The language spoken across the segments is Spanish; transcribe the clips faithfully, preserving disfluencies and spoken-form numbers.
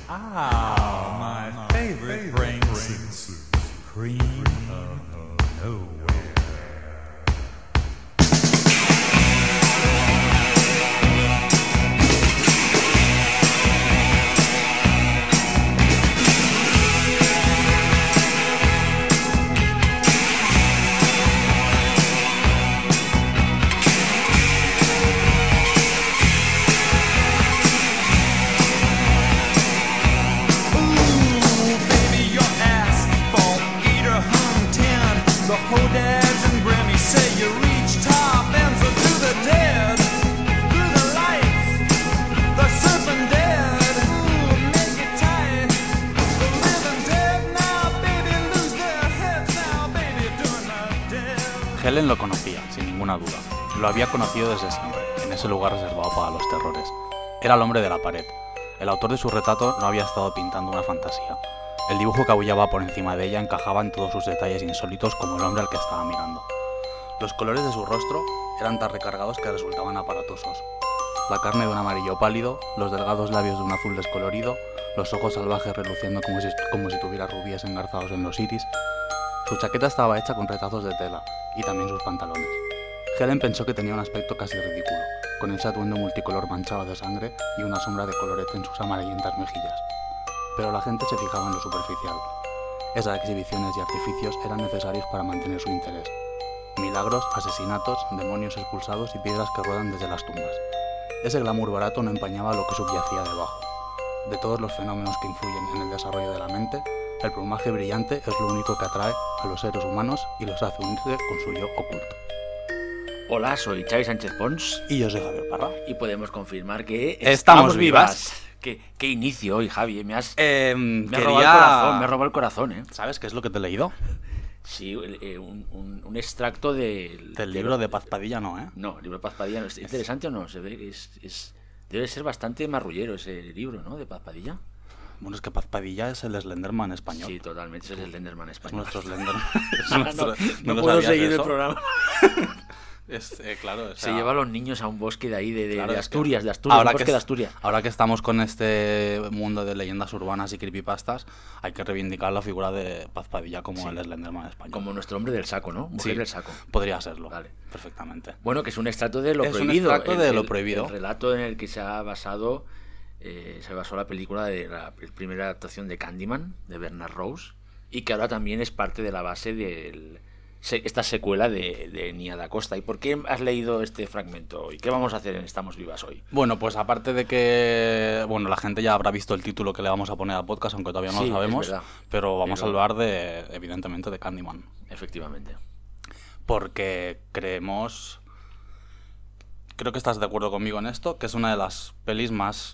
Ah, my favorite brain soup. Cream of nowhere. Helen lo conocía, sin ninguna duda. Lo había conocido desde siempre, en ese lugar reservado para los terrores. Era el hombre de la pared. El autor de su retrato no había estado pintando una fantasía. El dibujo que aullaba por encima de ella encajaba en todos sus detalles insólitos como el hombre al que estaba mirando. Los colores de su rostro eran tan recargados que resultaban aparatosos. La carne de un amarillo pálido, los delgados labios de un azul descolorido, los ojos salvajes reluciendo como si, como si tuviera rubíes engarzados en los iris. Su chaqueta estaba hecha con retazos de tela, y también sus pantalones. Helen pensó que tenía un aspecto casi ridículo, con ese atuendo multicolor manchado de sangre y una sombra de colorete en sus amarillentas mejillas. Pero la gente se fijaba en lo superficial. Esas exhibiciones y artificios eran necesarios para mantener su interés. Milagros, asesinatos, demonios expulsados y piedras que ruedan desde las tumbas. Ese glamour barato no empañaba lo que subyacía debajo. De todos los fenómenos que influyen en el desarrollo de la mente, el plumaje brillante es lo único que atrae a los seres humanos y los hace unirse con su yo oculto. Hola, soy Xavi Sánchez Pons. Y yo soy Javier Parra. Y podemos confirmar que estamos, estamos vivas. vivas. ¿Qué, qué inicio hoy, Javi? Me has, eh, me quería... has robado el corazón, me has robado el corazón, ¿eh? ¿Sabes qué es lo que te he leído? Sí, eh, un, un, un extracto de, del libro de, de Paz Padilla, ¿no? ¿eh? No, el libro de Paz Padilla, ¿es interesante o no? Se ve que es, es, debe ser bastante marrullero ese libro, ¿no? De Paz Padilla. Bueno, es que Paz Padilla es el Slenderman español. Sí, totalmente, es el Slenderman español. Es nuestro Slenderman. Es nuestro... no, ¿No, no puedo seguir eso? el programa. Es, eh, claro, o sea, se lleva a los niños a un bosque de ahí, de, de, claro, de es Asturias, que de Asturias, ahora bosque que, de Asturias. Ahora que estamos con este mundo de leyendas urbanas y creepypastas, hay que reivindicar la figura de Paz Padilla como sí, el Slenderman español. Como nuestro hombre del saco, ¿no? Mujer sí, del saco. Podría serlo, vale, perfectamente. Bueno, que es un extracto de lo es prohibido. Un extracto el, de el, lo prohibido. El relato en el que se ha basado, eh, se basó la película de la, la primera adaptación de Candyman, de Bernard Rose, y que ahora también es parte de la base del... esta secuela de, de Nia da Costa. ¿Y por qué has leído este fragmento hoy? ¿Qué vamos a hacer en Estamos Vivas hoy? Bueno, pues aparte de que bueno, la gente ya habrá visto el título que le vamos a poner al podcast, aunque todavía no sí, lo sabemos, es verdad, pero vamos pero... a hablar de, evidentemente, de Candyman. Efectivamente. Porque creemos, creo que estás de acuerdo conmigo en esto, que es una de las pelis más,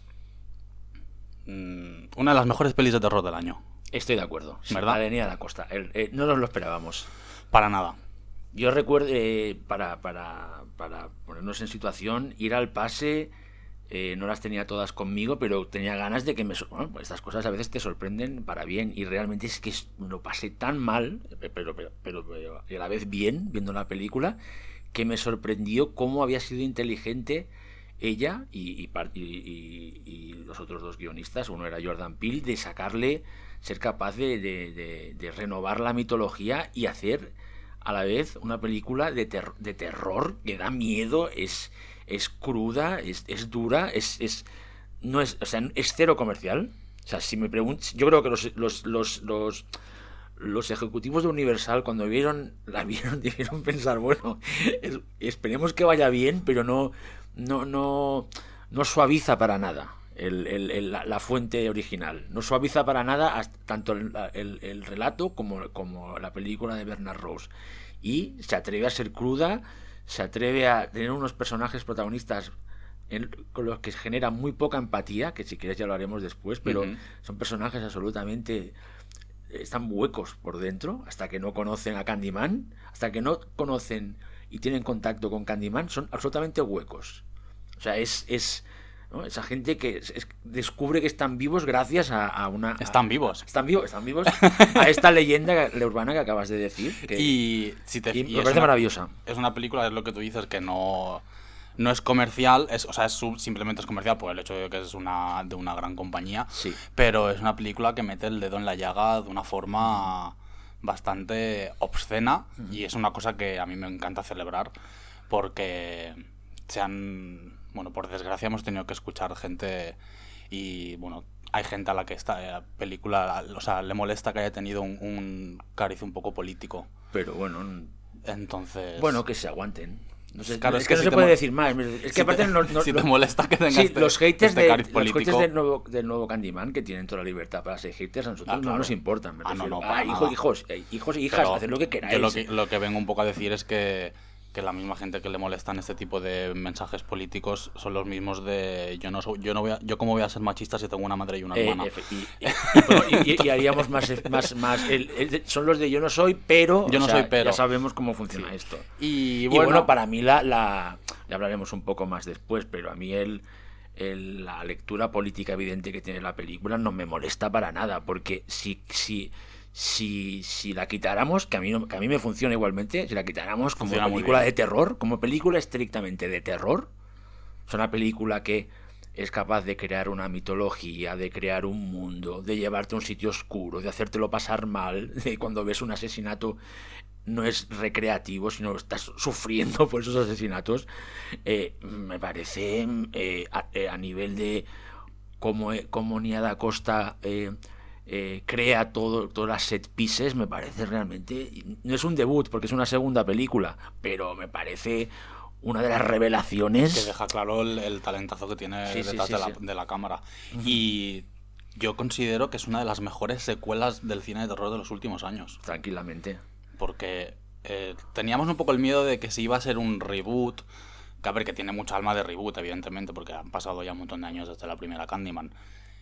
mmm, una de las mejores pelis de terror del año. Estoy de acuerdo, sí, ¿verdad? La de Nia da Costa. El, eh, no nos lo esperábamos. Para nada. Yo recuerdo, eh, para, para, para ponernos en situación, ir al pase, eh, no las tenía todas conmigo, pero tenía ganas de que me... Bueno, pues estas cosas a veces te sorprenden para bien, y realmente es que lo pasé tan mal, pero, pero, pero, pero a la vez bien, viendo la película, que me sorprendió cómo había sido inteligente ella y, y, y, y, y los otros dos guionistas, uno era Jordan Peele, de sacarle, ser capaz de, de, de, de renovar la mitología y hacer a la vez una película de, ter- de terror que da miedo, es, es cruda, es, es dura, es, es no es, o sea, es cero comercial. O sea, si me preguntas, yo creo que los los los los, los ejecutivos de Universal, cuando vieron la vieron debieron pensar, bueno, es, esperemos que vaya bien, pero no no no no suaviza para nada el, el, el, la, la fuente original, no suaviza para nada hasta, tanto el, el, el relato como, como la película de Bernard Rose, y se atreve a ser cruda, se atreve a tener unos personajes protagonistas en, con los que se genera muy poca empatía, que si quieres ya lo haremos después, pero uh-huh. son personajes absolutamente, están huecos por dentro, hasta que no conocen a Candyman, hasta que no conocen y tienen contacto con Candyman, son absolutamente huecos. O sea, es, es ¿no? Esa gente que es, es, descubre que están vivos gracias a, a una... Están a, vivos. Están vivos, están vivos a esta leyenda urbana que acabas de decir. Que, y si te, y y me es parece una, maravillosa. Es una película, es lo que tú dices, que no... no es comercial, es, o sea, es sub, simplemente es comercial por el hecho de que es una de una gran compañía, Sí. pero es una película que mete el dedo en la llaga de una forma bastante obscena y es una cosa que a mí me encanta celebrar porque se han, bueno, por desgracia hemos tenido que escuchar gente y, bueno, hay gente a la que esta película, o sea, le molesta que haya tenido un, un cariz un poco político. Pero bueno, entonces... Bueno, que se aguanten. No sé, claro, es, es que, que no si se te puede mo- decir más. Es que si aparte te, no, no- si no- te molesta que tenga sí, este, los haters, este de, cariz los político... haters del nuevo, del nuevo Candyman, que tienen toda la libertad para ser haters, a nosotros Ah, claro. no nos importan. Me Ah, no, refiero. no, para Ah, hijos, nada. hijos, eh, hijos y hijas, Pero haced lo que queráis. yo lo que, lo que vengo un poco a decir es que, que la misma gente que le molestan este tipo de mensajes políticos son los mismos de yo no soy, yo no voy a, yo cómo voy a ser machista si tengo una madre y una Eh, hermana. efe- y, y- y- bueno, y- y- y haríamos más, más, más el- el- son los de yo no soy, pero, Yo no o sea, soy, pero. ya sabemos cómo funciona Sí. esto. Y Y bueno, bueno, para mí la, la ya hablaremos un poco más después, pero a mí el, el- la lectura política evidente que tiene la película no me molesta para nada, porque si si si, si la quitáramos, que a mí no- que a mí me funciona igualmente, si la quitáramos como Funciona muy película bien. de terror, como película estrictamente de terror, es una película que es capaz de crear una mitología, de crear un mundo, de llevarte a un sitio oscuro, de hacértelo pasar mal, de cuando ves un asesinato no es recreativo, sino estás sufriendo por esos asesinatos. Eh, me parece eh, a, eh, a nivel de cómo, eh, cómo Nia da Costa eh, eh, crea todo, todas las set pieces, me parece realmente... No es un debut, porque es una segunda película, pero me parece una de las revelaciones... que deja claro el, el talentazo que tiene Sí, sí, detrás sí, de, la, sí. de la cámara. Y yo considero que es una de las mejores secuelas del cine de terror de los últimos años. Tranquilamente. Porque eh, teníamos un poco el miedo de que si iba a ser un reboot, que a ver, que tiene mucha alma de reboot, evidentemente, porque han pasado ya un montón de años desde la primera Candyman.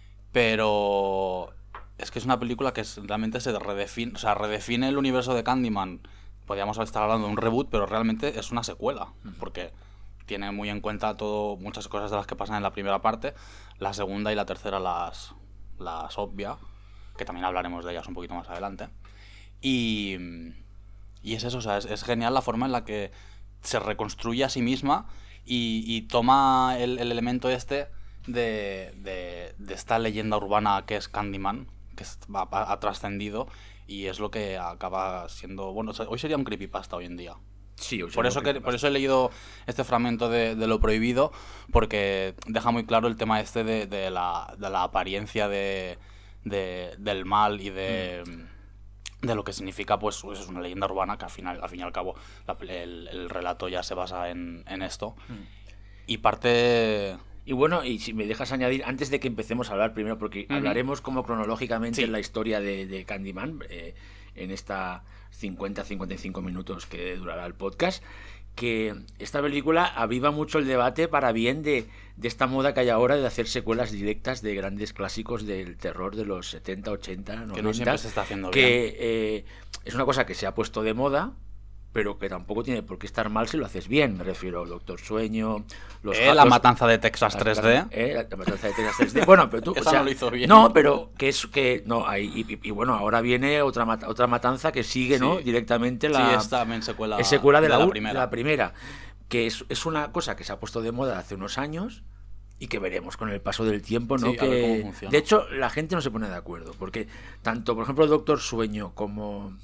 Pero es que es una película que es, realmente se redefine, o sea, redefine el universo de Candyman. Podríamos estar hablando de un reboot, pero realmente es una secuela, porque tiene muy en cuenta todo, muchas cosas de las que pasan en la primera parte. La segunda y la tercera las, las obvia, que también hablaremos de ellas un poquito más adelante. Y, y es eso, o sea, es, es genial la forma en la que se reconstruye a sí misma y, y toma el, el elemento este de, de, de esta leyenda urbana que es Candyman, que es- va- va- ha trascendido y es lo que acaba siendo... Bueno, o sea, hoy sería un creepypasta hoy en día. Sí, o sea, Por no eso, creo que, que por eso he leído este fragmento de, de Lo Prohibido, porque deja muy claro el tema este de, de, la, de la apariencia de, de- del mal y de, de lo que significa, pues, pues es una leyenda urbana que al final, al fin y al cabo la- el, el relato ya se basa en, en esto. Y parte... Y bueno, y si me dejas añadir, antes de que empecemos a hablar primero, porque Ujú. hablaremos como cronológicamente Sí. en la historia de, de Candyman, eh, en esta cincuenta a cincuenta y cinco minutos que durará el podcast, que esta película aviva mucho el debate para bien de, de esta moda que hay ahora de hacer secuelas directas de grandes clásicos del terror de los setenta, ochenta, noventa. Que no siempre se está haciendo que eh, es una cosa que se ha puesto de moda, pero que tampoco tiene por qué estar mal si lo haces bien. Me refiero a Doctor Sueño, los Eh, ja- la los- matanza de Texas tres D. eh, la matanza de Texas tres D. Bueno, pero tú, o Esa sea, no lo hizo bien. no, pero que es que no, hay, y, y- y bueno, ahora viene otra mata- otra matanza que sigue, ¿no? Sí. Directamente Sí, la es también secuela, es secuela de, la, la u- primera. de la primera, que es, es una cosa que se ha puesto de moda hace unos años y que veremos con el paso del tiempo, ¿no? Sí, a ver que cómo funciona. de hecho la gente no se pone de acuerdo, porque tanto, por ejemplo, Doctor Sueño como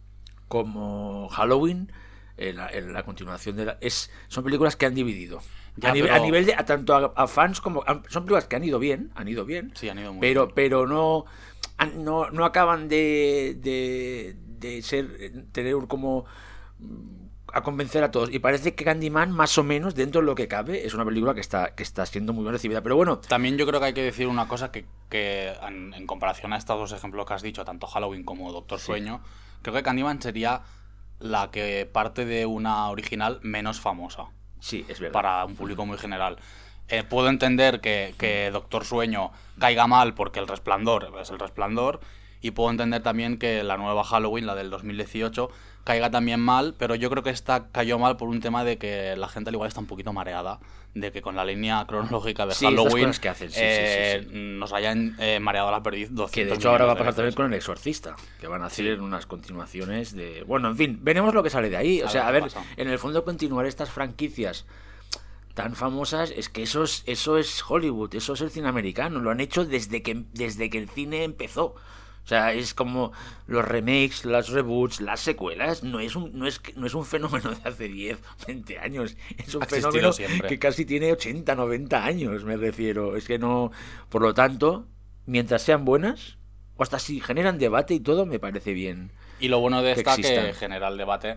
como Halloween, eh, la, eh, la continuación de la, es son películas que han dividido. Ya, a, nivel, pero- a nivel de a tanto a, a fans como a- son películas que han ido bien, han ido bien, Sí, han ido muy pero bien. pero no han- no, no acaban de, de, de ser tener un como mm, a convencer a todos, y parece que Candyman más o menos dentro de lo que cabe es una película que está que está siendo muy bien recibida, pero bueno, También yo creo que hay que decir una cosa que, que en, en comparación a estos dos ejemplos que has dicho, tanto Halloween como Doctor Sí. Sueño, creo que Candyman sería la que parte de una original menos famosa sí, es verdad. para un público muy general. Eh, puedo entender que, que Doctor Sueño caiga mal porque El Resplandor es El Resplandor, y puedo entender también que la nueva Halloween, la del dos mil dieciocho, caiga también mal, pero yo creo que esta cayó mal por un tema de que la gente al igual está un poquito mareada, de que con la línea cronológica de Sí, estas Halloween cosas que hacen, sí, sí, eh, sí, sí. nos hayan eh, mareado la perdiz doscientos Que de hecho ahora va a pasar millones de también veces. con El Exorcista, que van a hacer unas continuaciones de... Bueno, en fin, veremos lo que sale de ahí. O A sea, ver a qué ver, pasa. en el fondo continuar estas franquicias tan famosas, es que eso es, eso es Hollywood, eso es el cine americano, lo han hecho desde que, desde que el cine empezó. O sea, es como los remakes, las reboots, las secuelas, no es un, no es, no es un fenómeno de hace diez, veinte años, es un fenómeno siempre. Que casi tiene ochenta, noventa años, me refiero. Es que no, por lo tanto, mientras sean buenas, o hasta si generan debate y todo, me parece bien. Y lo bueno de esta que, que genera el debate,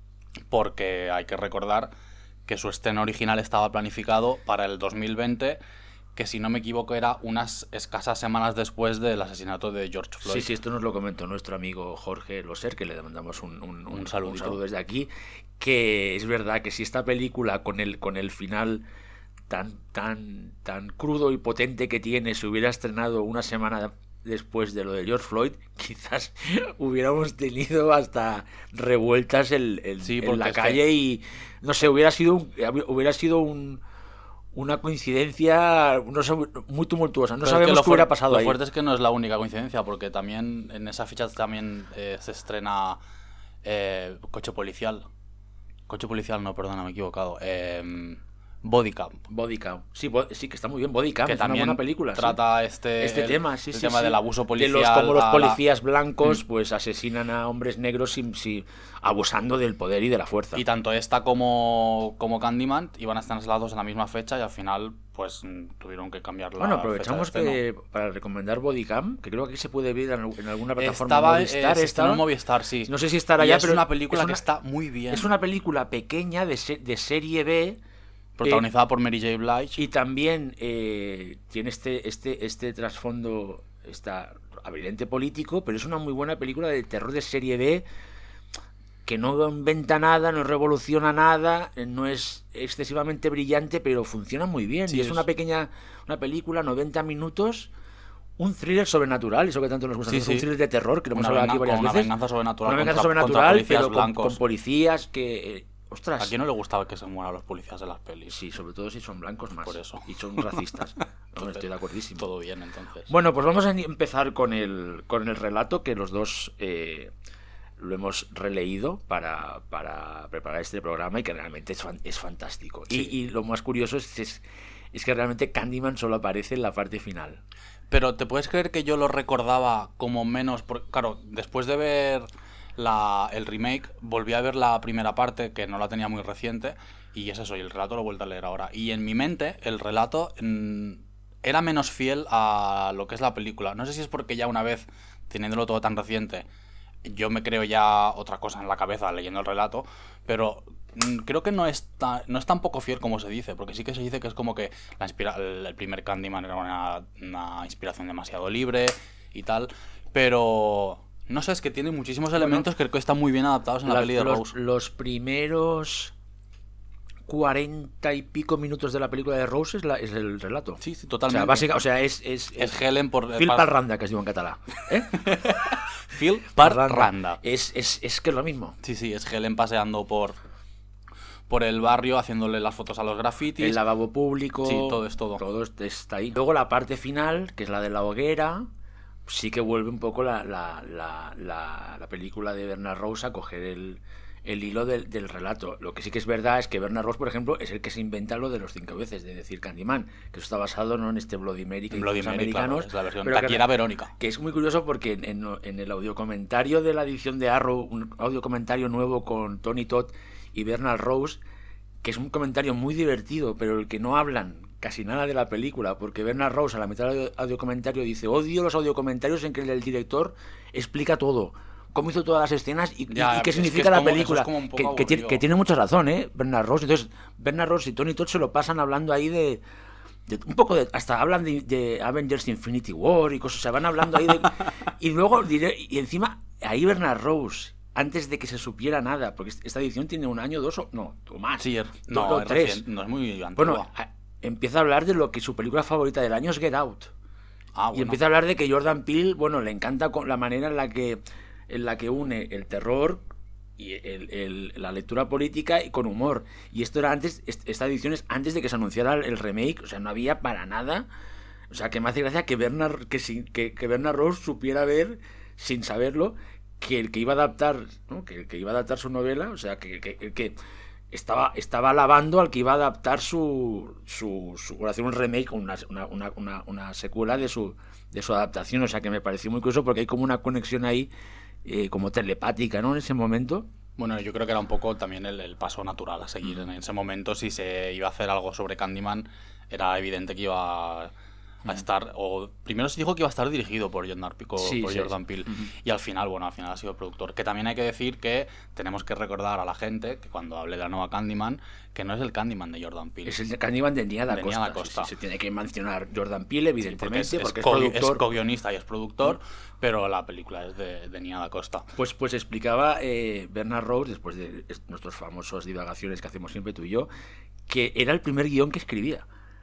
porque hay que recordar que su estreno original estaba planificado para el dos mil veinte, que si no me equivoco era unas escasas semanas después del asesinato de George Floyd. Sí, sí, esto nos lo comentó nuestro amigo Jorge Loser, que le mandamos un, un, un, un, saludo. un saludo desde aquí, que es verdad que si esta película con el, con el final tan, tan, tan crudo y potente que tiene se hubiera estrenado una semana después de lo de George Floyd, quizás hubiéramos tenido hasta revueltas en, en, sí, en la calle que... y no sé, hubiera sido un, hubiera sido un una coincidencia, no sé, muy tumultuosa. No Pero sabemos es que qué hubiera pasado lo ahí. Lo fuerte es que no es la única coincidencia, porque también en esa fecha también eh, se estrena eh, Coche Policial. Coche Policial, no, perdona, me he equivocado. Eh, Body Count. Body Count. Sí, bo- sí, que está muy bien. Body Count que es también una buena película. Trata sí. este, este el, tema, sí, el sí, tema sí. del abuso policial. De los, como los policías la... blancos, pues asesinan a hombres negros sin, sin, abusando del poder y de la fuerza. Y tanto esta como, como Candyman iban a estar las dos en la misma fecha y al final pues tuvieron que cambiar la Bueno, aprovechamos fecha de que para recomendar Body Count, que creo que aquí se puede ver en, en alguna plataforma. Estaba, Movistar, eh, estaba en Movistar, sí. No sé si estará y ya, es pero una película es una, que está muy bien. Es una película pequeña de, se, de serie B, protagonizada eh, por Mary J. Blige. Y también eh, tiene este, este, este trasfondo, está evidente político, pero es una muy buena película de terror de serie B, que no inventa nada, no revoluciona nada, no es excesivamente brillante, pero funciona muy bien. Sí, y es, es una pequeña una película, noventa minutos, un thriller sobrenatural, eso que tanto nos gusta, sí, sí. un thriller de terror, que lo hemos una hablado venga, aquí varias una veces. Venganza sobrenatural una venganza contra, sobrenatural, contra pero con, blancos. con policías que... Eh, ostras. ¿A quién no le gustaba que se mueran los policías de las pelis? Sí, sobre todo si son blancos más. Por eso. Y son racistas. No, entonces, estoy de acuerdísimo. Todo bien, entonces. Bueno, pues vamos a empezar con el, con el relato, que los dos eh, lo hemos releído para, para preparar este programa y que realmente es, fan, es fantástico. Sí. Y, y lo más curioso es, es, es que realmente Candyman solo aparece en la parte final. Pero ¿te puedes creer que yo lo recordaba como menos? Porque, claro, después de ver... La, el remake, volví a ver la primera parte, que no la tenía muy reciente, y es eso, y el relato lo he vuelto a leer ahora. Y en mi mente, el relato mmm, era menos fiel a lo que es la película. No sé si es porque ya una vez, teniéndolo todo tan reciente, yo me creo ya otra cosa en la cabeza leyendo el relato, pero mmm, creo que no es, ta, no es tan poco fiel como se dice, porque sí que se dice que es como que la inspira, el, el primer Candyman era una, una inspiración demasiado libre y tal, pero... No sé, es que tiene muchísimos elementos bueno, que están muy bien adaptados en la, la peli de los, Rose. Los primeros cuarenta y pico minutos de la película de Rose es, la, es el relato. Sí, sí, totalmente. O sea, básica, o sea es, es, es... Es Helen por... Phil Parranda, que es digo en catalán. ¿Eh? Phil Parranda. Es, es, es que es lo mismo. Sí, sí, es Helen paseando por... por el barrio, haciéndole las fotos a los grafitis. El lavabo público. Sí, todo es todo. Todo está ahí. Luego la parte final, que es la de la hoguera... sí que vuelve un poco la, la, la, la, la película de Bernard Rose a coger el, el hilo del, del relato. Lo que sí que es verdad es que Bernard Rose, por ejemplo, es el que se inventa lo de los cinco veces, de decir Candyman, que eso está basado no en este Bloody Mary que en Bloody los Mary, americanos, claro, es la versión pero taquiera que, Verónica. Que es muy curioso porque en, en, en el audiocomentario de la edición de Arrow, un audiocomentario nuevo con Tony Todd y Bernard Rose, que es un comentario muy divertido, pero el que no hablan casi nada de la película, porque Bernard Rose a la mitad del audiocomentario dice: odio los audiocomentarios en que el director explica todo, cómo hizo todas las escenas y, ya, y qué significa que la como, película, que, que, tiene, que tiene mucha razón, ¿eh? Bernard Rose. Entonces Bernard Rose y Tony Todd se lo pasan hablando ahí de, de un poco de, hasta hablan de, de Avengers Infinity War y cosas, se van hablando ahí de, y luego y encima ahí Bernard Rose, antes de que se supiera nada, porque esta edición tiene un año, dos o no, o más, sí, no, no, tres, recién, no es muy antigua. Bueno, a, empieza a hablar de lo que su película favorita del año es Get Out. Ah, bueno. Y empieza a hablar de que Jordan Peele, bueno, le encanta con la manera en la que en la que une el terror y el, el, la lectura política y con humor. Y esto era antes, esta edición es antes de que se anunciara el remake, o sea, no había para nada. O sea, que me hace gracia que Bernard, que, que, que Bernard Rose supiera ver, sin saberlo, que el que iba a adaptar, ¿no? que el que iba a adaptar su novela, o sea, que, que, que estaba, estaba alabando al que iba a adaptar su, su, su hacer un remake, una, una, una, una, una secuela de su, de su adaptación. O sea que me pareció muy curioso porque hay como una conexión ahí eh, como telepática, ¿no? En ese momento. Bueno, yo creo que era un poco también el, el paso natural a seguir. En ese momento, si se iba a hacer algo sobre Candyman, era evidente que iba a, a estar... o primero se dijo que iba a estar dirigido por Jordan, sí, por sí, Jordan sí. Peele. Uh-huh. Y al final, bueno, al final ha sido productor. Que también hay que decir que tenemos que recordar a la gente que cuando hable de la nueva Candyman, que no es el Candyman de Jordan Peele. Es el Candyman de Nia Da de Costa. Nia Da Costa. Sí, sí, se tiene que mencionar Jordan Peele, evidentemente, sí, porque es, porque es, es, es co- co-guionista y es productor, uh-huh. pero la película es de, de Nia Da Costa. Pues, pues explicaba eh, Bernard Rose, después de nuestros famosos divagaciones que hacemos siempre tú y yo, que era el primer guión que escribía.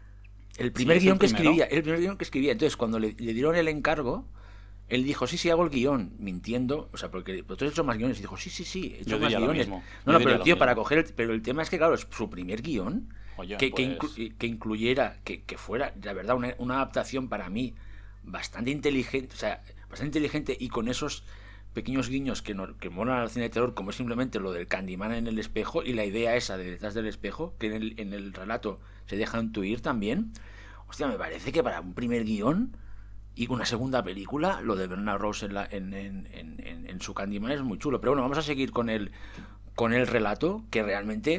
El primer sí, guión el que primero. escribía, el primer guión que escribía. Entonces, cuando le, le dieron el encargo, él dijo, sí, sí, hago el guión, mintiendo. O sea, porque tú has hecho más guiones. Y dijo, sí, sí, sí, he hecho Yo más diría lo guiones. mismo. No, Yo no, pero diría tío, lo para mismo. coger el... Pero el tema es que, claro, es su primer guión, Oye, que, pues... que, inclu- que incluyera, que, que fuera, la verdad, una, una adaptación para mí bastante inteligente, o sea, bastante inteligente y con esos pequeños guiños que, no, que molan al cine de terror, como es simplemente lo del Candyman en el espejo y la idea esa de detrás del espejo, que en el, en el relato se deja intuir también. Hostia, me parece que para un primer guión y una segunda película, lo de Bernard Rose en, la, en, en, en, en su Candyman es muy chulo. Pero bueno, vamos a seguir con el, con el relato, que realmente,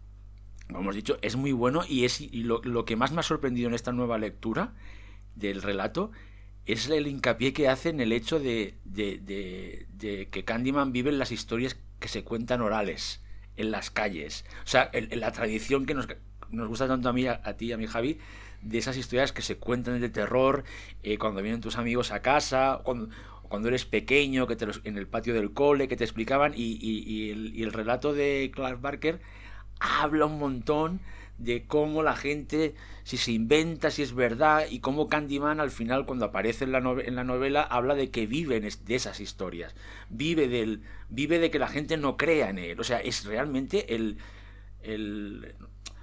como hemos dicho, es muy bueno. Y, es, y lo, lo que más me ha sorprendido en esta nueva lectura del relato es el hincapié que hace en el hecho de, de, de, de que Candyman vive en las historias que se cuentan orales, en las calles. O sea, en, en la tradición que nos, nos gusta tanto a mí, a, a ti y a mí, Javi, de esas historias que se cuentan de terror eh, cuando vienen tus amigos a casa, cuando, cuando eres pequeño, que te los, en el patio del cole, que te explicaban, y, y, y, el, y el relato de Clive Barker habla un montón de cómo la gente, si se inventa, si es verdad, y cómo Candyman al final, cuando aparece en la, no, en la novela, habla de que vive en es, de esas historias, vive, del, vive de que la gente no crea en él. O sea, es realmente el... el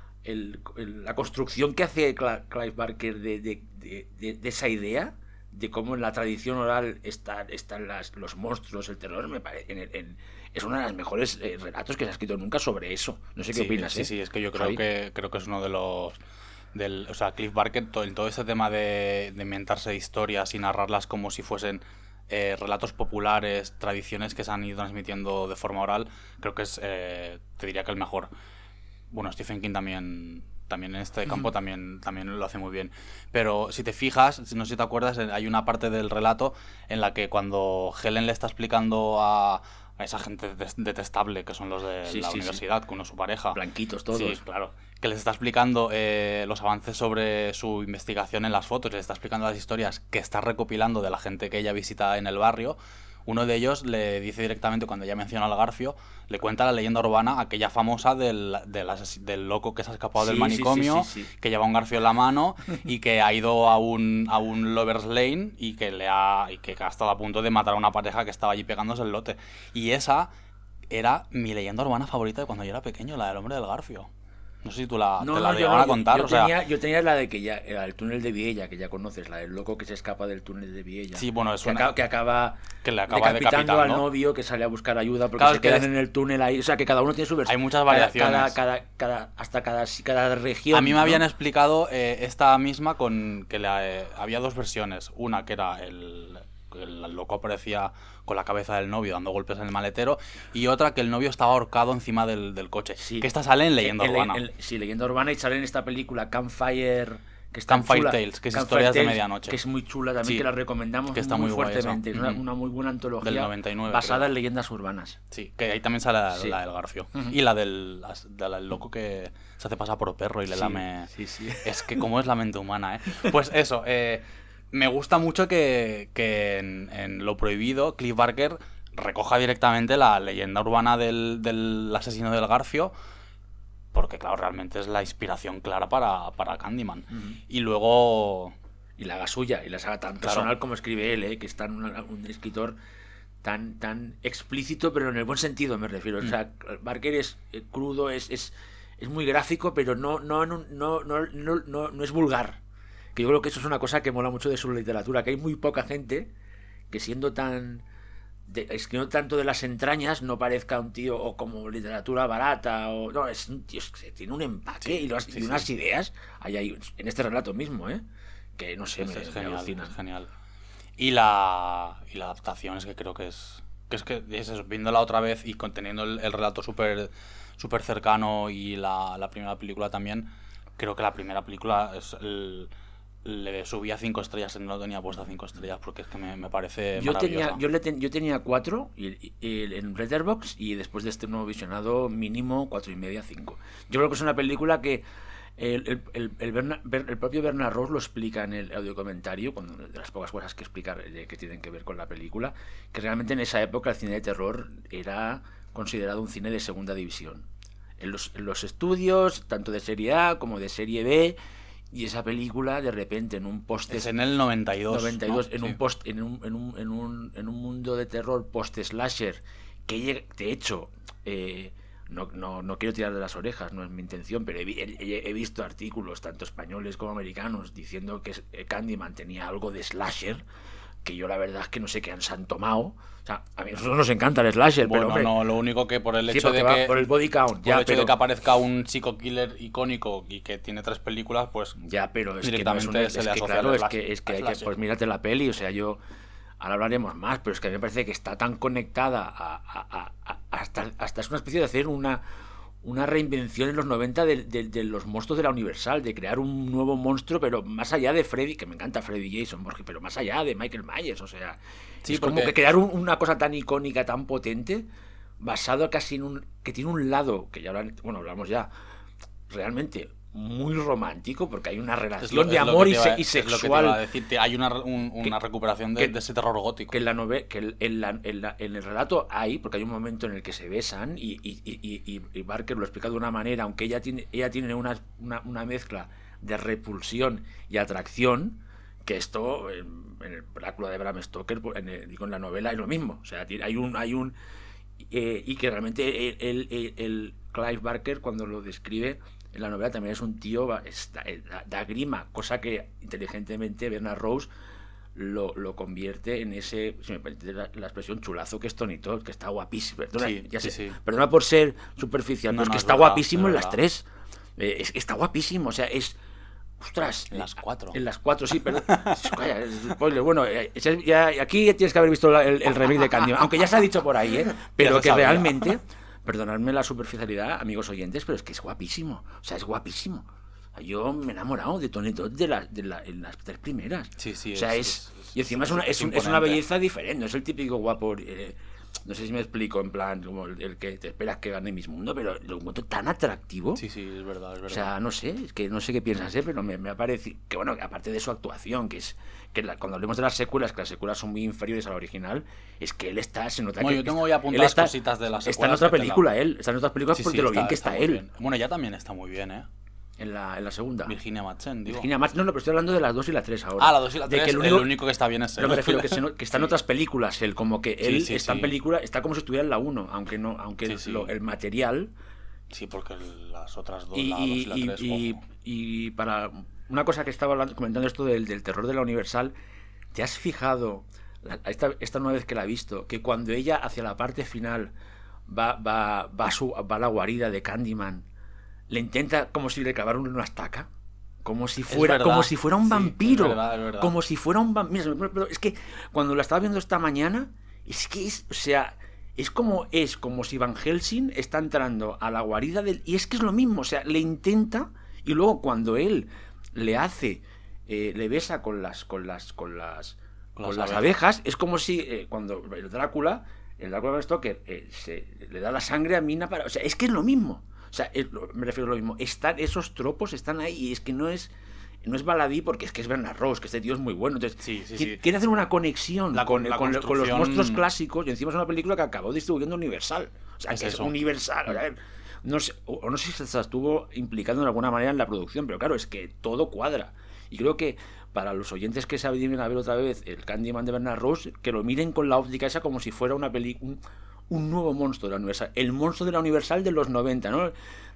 El, el, la construcción que hace Clive Barker de, de, de, de, de esa idea de cómo en la tradición oral está, están las, los monstruos, el terror, me parece, en el, en, es uno de los mejores eh, relatos que se ha escrito nunca sobre eso. No sé qué sí, opinas. Sí, ¿eh? sí, es que yo creo Javi. que creo que es uno de los... Del, o sea, Clive Barker, todo, todo ese tema de, de inventarse historias y narrarlas como si fuesen eh, relatos populares, tradiciones que se han ido transmitiendo de forma oral, creo que es, eh, te diría que el mejor. Bueno, Stephen King también, también en este campo también, también lo hace muy bien. Pero si te fijas, no sé si te acuerdas, hay una parte del relato en la que cuando Helen le está explicando a, a esa gente detestable que son los de sí, la sí, universidad, sí. con su pareja. Blanquitos todos. Sí, claro. Que les está explicando eh, los avances sobre su investigación en las fotos, les está explicando las historias que está recopilando de la gente que ella visita en el barrio. Uno de ellos le dice directamente, cuando ella menciona al Garfio, le cuenta la leyenda urbana, aquella famosa del, del, del loco que se ha escapado sí, del manicomio, sí, sí, sí, sí. que lleva un garfio en la mano y que ha ido a un, a un Lover's Lane y que, le ha, y que ha estado a punto de matar a una pareja que estaba allí pegándose el lote. Y esa era mi leyenda urbana favorita de cuando yo era pequeño, la del hombre del garfio. No sé si tú la, no, te la no, llegaban yo, a contar. Yo, o sea, tenía, yo tenía la de que ya era el túnel de Viella, que ya conoces, la del loco que se escapa del túnel de Viella. Sí, bueno, es que, una... acaba, que acaba, que le acaba decapitando decapitando al novio que sale a buscar ayuda porque claro, se quedan es... en el túnel ahí. O sea, que cada uno tiene su versión. Hay muchas variaciones. Cada, cada, cada, hasta cada, cada región. A mí me ¿no? habían explicado eh, esta misma con que le, eh, había dos versiones. Una que era el... el loco aparecía con la cabeza del novio dando golpes en el maletero, y otra que el novio estaba ahorcado encima del, del coche. Sí. Que esta sale en Leyenda el, Urbana. El, el, sí, Leyenda Urbana, y sale en esta película Campfire, que está Campfire chula, Tales, que es Campfire Historias Tales, de Medianoche. Que es muy chula también, sí, que la recomendamos que está muy, muy fuertemente. Es una, uh-huh. una muy buena antología del noventa y nueve, basada creo. en leyendas urbanas. Sí, que ahí también sale la, sí. la del Garfio. Uh-huh. Y la del, la del loco que se hace pasar por perro y le sí, lame... Sí, sí. Es que cómo es la mente humana, ¿eh? Pues eso, eh, me gusta mucho que, que en, en Lo Prohibido Clive Barker recoja directamente la leyenda urbana del, del asesino del Garfio, porque claro, realmente es la inspiración clara para, para Candyman. Uh-huh. Y luego... Y la haga suya, y la haga tan personal claro. como escribe él, ¿eh? Que es tan una, un escritor tan tan explícito, pero en el buen sentido me refiero. Mm. O sea, Barker es eh, crudo, es, es, es muy gráfico, pero no, no, no, no, no, no, no, no es vulgar. Que yo creo que eso es una cosa que mola mucho de su literatura, que hay muy poca gente que siendo tan... de, escribiendo tanto de las entrañas, no parezca un tío o como literatura barata, o no, es un tío es que tiene un empaque Sí, y, los, sí, y unas sí. ideas hay ahí, en este relato mismo, ¿eh? Que no sé, Es, me, es me genial, alucina. es genial. Y la, y la adaptación es que creo que es... Que es que es eso, viéndola otra vez y conteniendo el, el relato súper súper cercano y la, la primera película también, creo que la primera película es el, le subía cinco estrellas, no lo tenía puesto a cinco estrellas porque es que me, me parece Yo maravillosa. tenía, yo, le ten- yo tenía cuatro y, y- y en Letterboxd y después de este nuevo visionado mínimo cuatro y media, cinco. Yo creo que es una película que el, el, el, el, Berna- Ber- el propio Bernard Rose lo explica en el audiocomentario, cuando, de las pocas cosas que explicar eh, que tienen que ver con la película, que realmente en esa época el cine de terror era considerado un cine de segunda división. En los, en los estudios, tanto de serie A como de serie B, y esa película de repente en un post Es en el noventa y dos. noventa y dos, ¿no? en Sí. un post en un, en un, en un, en un mundo de terror post slasher que llega- de hecho eh, no, no, no quiero tirar de las orejas, no es mi intención, pero he, vi- he- he visto artículos tanto españoles como americanos diciendo que eh, Candyman tenía algo de slasher, que yo la verdad es que no sé qué han se han tomado. O sea, a mí a nosotros nos encanta el slasher, Bueno, pero hombre, no, lo único que por el sí, hecho porque de va que por el body count, por ya, el hecho pero de que aparezca un psico killer icónico y que tiene tres películas, pues ya, pero es que no es un, directamente es se le que asocia claro, al es slash- que es que al hay que slasher. pues mírate la peli, o sea, yo ahora hablaremos más, pero es que a mí me parece que está tan conectada a, a- a- a- hasta hasta es una especie de hacer una una reinvención en los noventa de, de- de los monstruos de la Universal, de crear un nuevo monstruo, pero más allá de Freddy, que me encanta Freddy Jason, Borges, pero más allá de Michael Myers, o sea, Sí, es como porque- que crear un- una cosa tan icónica, tan potente, basado casi en un que tiene un lado que ya hablan- bueno, hablamos ya realmente muy romántico, porque hay una es relación lo- de es lo amor que y, te se- iba- y es lo que te sexual iba a decir, te- hay una, un- una que- recuperación de, que- de ese terror gótico. que en la nove- que el- en, la- en la- en el relato hay, porque hay un momento en el que se besan y, y- y- y- y Barker lo explica de una manera, aunque ella tiene, ella tiene una, una, una mezcla de repulsión y atracción, que esto en, en el Drácula de Bram Stoker, pues, en el- digo, en la novela es lo mismo, o sea, tiene- hay un hay un eh, y que realmente el, el- el- el Clive Barker cuando lo describe en la novela también es un tío va- es- da, da- da grima, cosa que inteligentemente Bernard Rose lo, lo convierte en ese, si me permite la, la expresión, chulazo que es Tony Todd, que está guapísimo. Perdona, Sí, ya sí, sé, sí. perdona por ser superficial, No, pero es no, que es está verdad, guapísimo es en las verdad. tres. Eh, es, está guapísimo, o sea, es... Ostras, En las cuatro. En las cuatro, sí, pero. Calla, es spoiler. Bueno, eh, ese- ya, aquí ya tienes que haber visto la- el, el remake de Candyman, aunque ya se ha dicho por ahí, ¿eh? Pero se que sabía. realmente, perdonadme la superficialidad, amigos oyentes, pero es que es guapísimo. O sea, es guapísimo. O sea, yo me he enamorado de Tony Todd de la, de la, en las tres primeras. Sí, sí, O sea, es- es. es- y encima es, es- una, es es, un- es una imponente. belleza diferente, no es el típico guapo. eh, no sé si me explico, en plan, como el, el que te esperas que gane Miss Mundo, pero lo encuentro tan atractivo. Sí, sí, es verdad, es verdad. O sea, no sé, es que no sé qué piensas, ¿eh? Pero me, me ha parecido que, bueno, aparte de su actuación, que es que la- cuando hablemos de las secuelas, que las secuelas son muy inferiores a la original, es que él está, se nota Bueno, que... yo tengo ya él apuntadas está, cositas de las Está en secuelas otra que te la- película, él, está en otras películas Sí, porque sí, lo bien que está, muy él. bien. Bueno, ya también está muy bien, ¿eh? En la, en la segunda. Virginia Madsen, digo. Virginia Madsen, no, no, pero estoy hablando de las dos y la tres ahora. Ah, la dos y la De tres, que el el único, único, que está bien es él. no me refiero que, se no- que está en Sí. otras películas, él, como que él Sí, sí, está en sí. película, está como si estuviera en la uno, aunque no, aunque Sí, sí. lo- el material... Sí, porque las otras dos, Y, la dos y y- la y- tres, y- ojo. y para una cosa que estaba hablando, comentando esto del, del terror de la Universal, ¿te has fijado, la- esta, esta una vez que la he visto, que cuando ella hacia la parte final va, va, va, a, su, va a la guarida de Candyman, le intenta como si le clavaran una estaca? Como si fuera, verdad. como si fuera un Sí, vampiro. es verdad, es verdad. Como si fuera un vampiro. Es que cuando la estaba viendo esta mañana, es que es, o sea, es como es como si Van Helsing está entrando a la guarida del, y es que es lo mismo, o sea, le intenta y luego cuando él le hace eh, le besa con las con las con las Con con, las las abejas, es como si eh, cuando el Drácula, el Drácula de Stoker eh, se le da la sangre a Mina para, o sea, es que es lo mismo. O sea, es lo- me refiero a lo mismo. Están, esos tropos están ahí y es que no es no es baladí porque es que es Bernard Rose, que este tío es muy bueno. Entonces, Sí, sí, qui- sí. quiere hacer una conexión La- con, la con- con los construcción- monstruos clásicos y encima es una película que acabó distribuyendo Universal. O sea, Es que eso. es Universal. O sea, no sé, o, o no sé si se estuvo implicando de alguna manera en la producción, pero claro, es que todo cuadra. Y creo que para los oyentes que se vienen a ver otra vez el Candyman de Bernard Rose, que lo miren con la óptica esa como si fuera una película, un, un nuevo monstruo de la Universal, el monstruo de la Universal de los noventa, ¿no?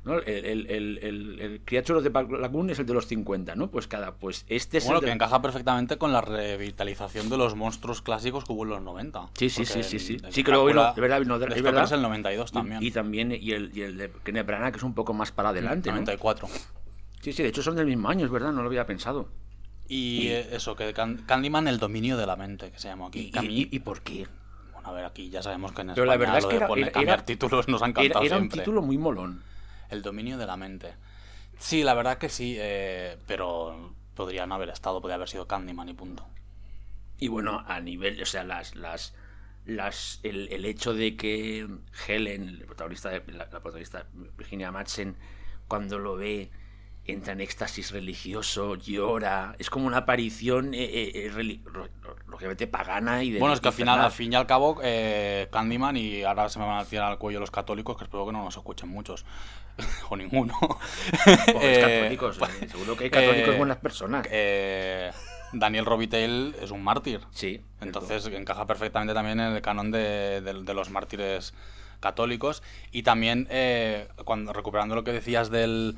¿no? El, el, el, el, el Creature of the Black Lagoon es el de los cincuenta, ¿no? Pues cada, pues este es Bueno, el de... que encaja perfectamente con la revitalización de los monstruos clásicos que hubo en los noventa. Sí, sí, sí, Porque sí, sí. el- el Sí, creo que Drácula de verdad, no, de es Stoker verdad. es el noventa y dos también. Y, y también, y el, y el de Kenneth Branagh, que es un poco más para adelante, ¿no? noventa y cuatro. Sí, sí, de hecho son del mismo año, es verdad, no lo había pensado. Y eh, eso, que Can- Candyman, el dominio de la mente, que se llama aquí. ¿Y, Que a mí- y, y por qué? Bueno, a ver, aquí ya sabemos que en Pero la España verdad es lo que de era- poner- era- cambiar era- títulos nos ha Era, encantado era un siempre. título muy molón. El dominio de la mente. Sí, la verdad que sí, eh, pero podrían haber estado, podría haber sido Candyman y punto. Y bueno, a nivel, o sea, las, las, las, el, el hecho de que Helen, el protagonista de, la, la protagonista Virginia Madsen, cuando lo ve, entra en éxtasis religioso, llora, es como una aparición eh, eh, reli- lógicamente pagana y de Bueno, es que al final, infernal. al fin y al cabo, eh, Candyman, y ahora se me van a tirar al cuello los católicos, que espero que no nos escuchen muchos, o ninguno. Pobres Eh, católicos, pues, eh, seguro que hay católicos eh, buenas personas. eh, Daniel Robitaille es un mártir. Sí. Entonces encaja perfectamente también en el canon de, de- de los mártires católicos. Y también, eh, cuando recuperando lo que decías del,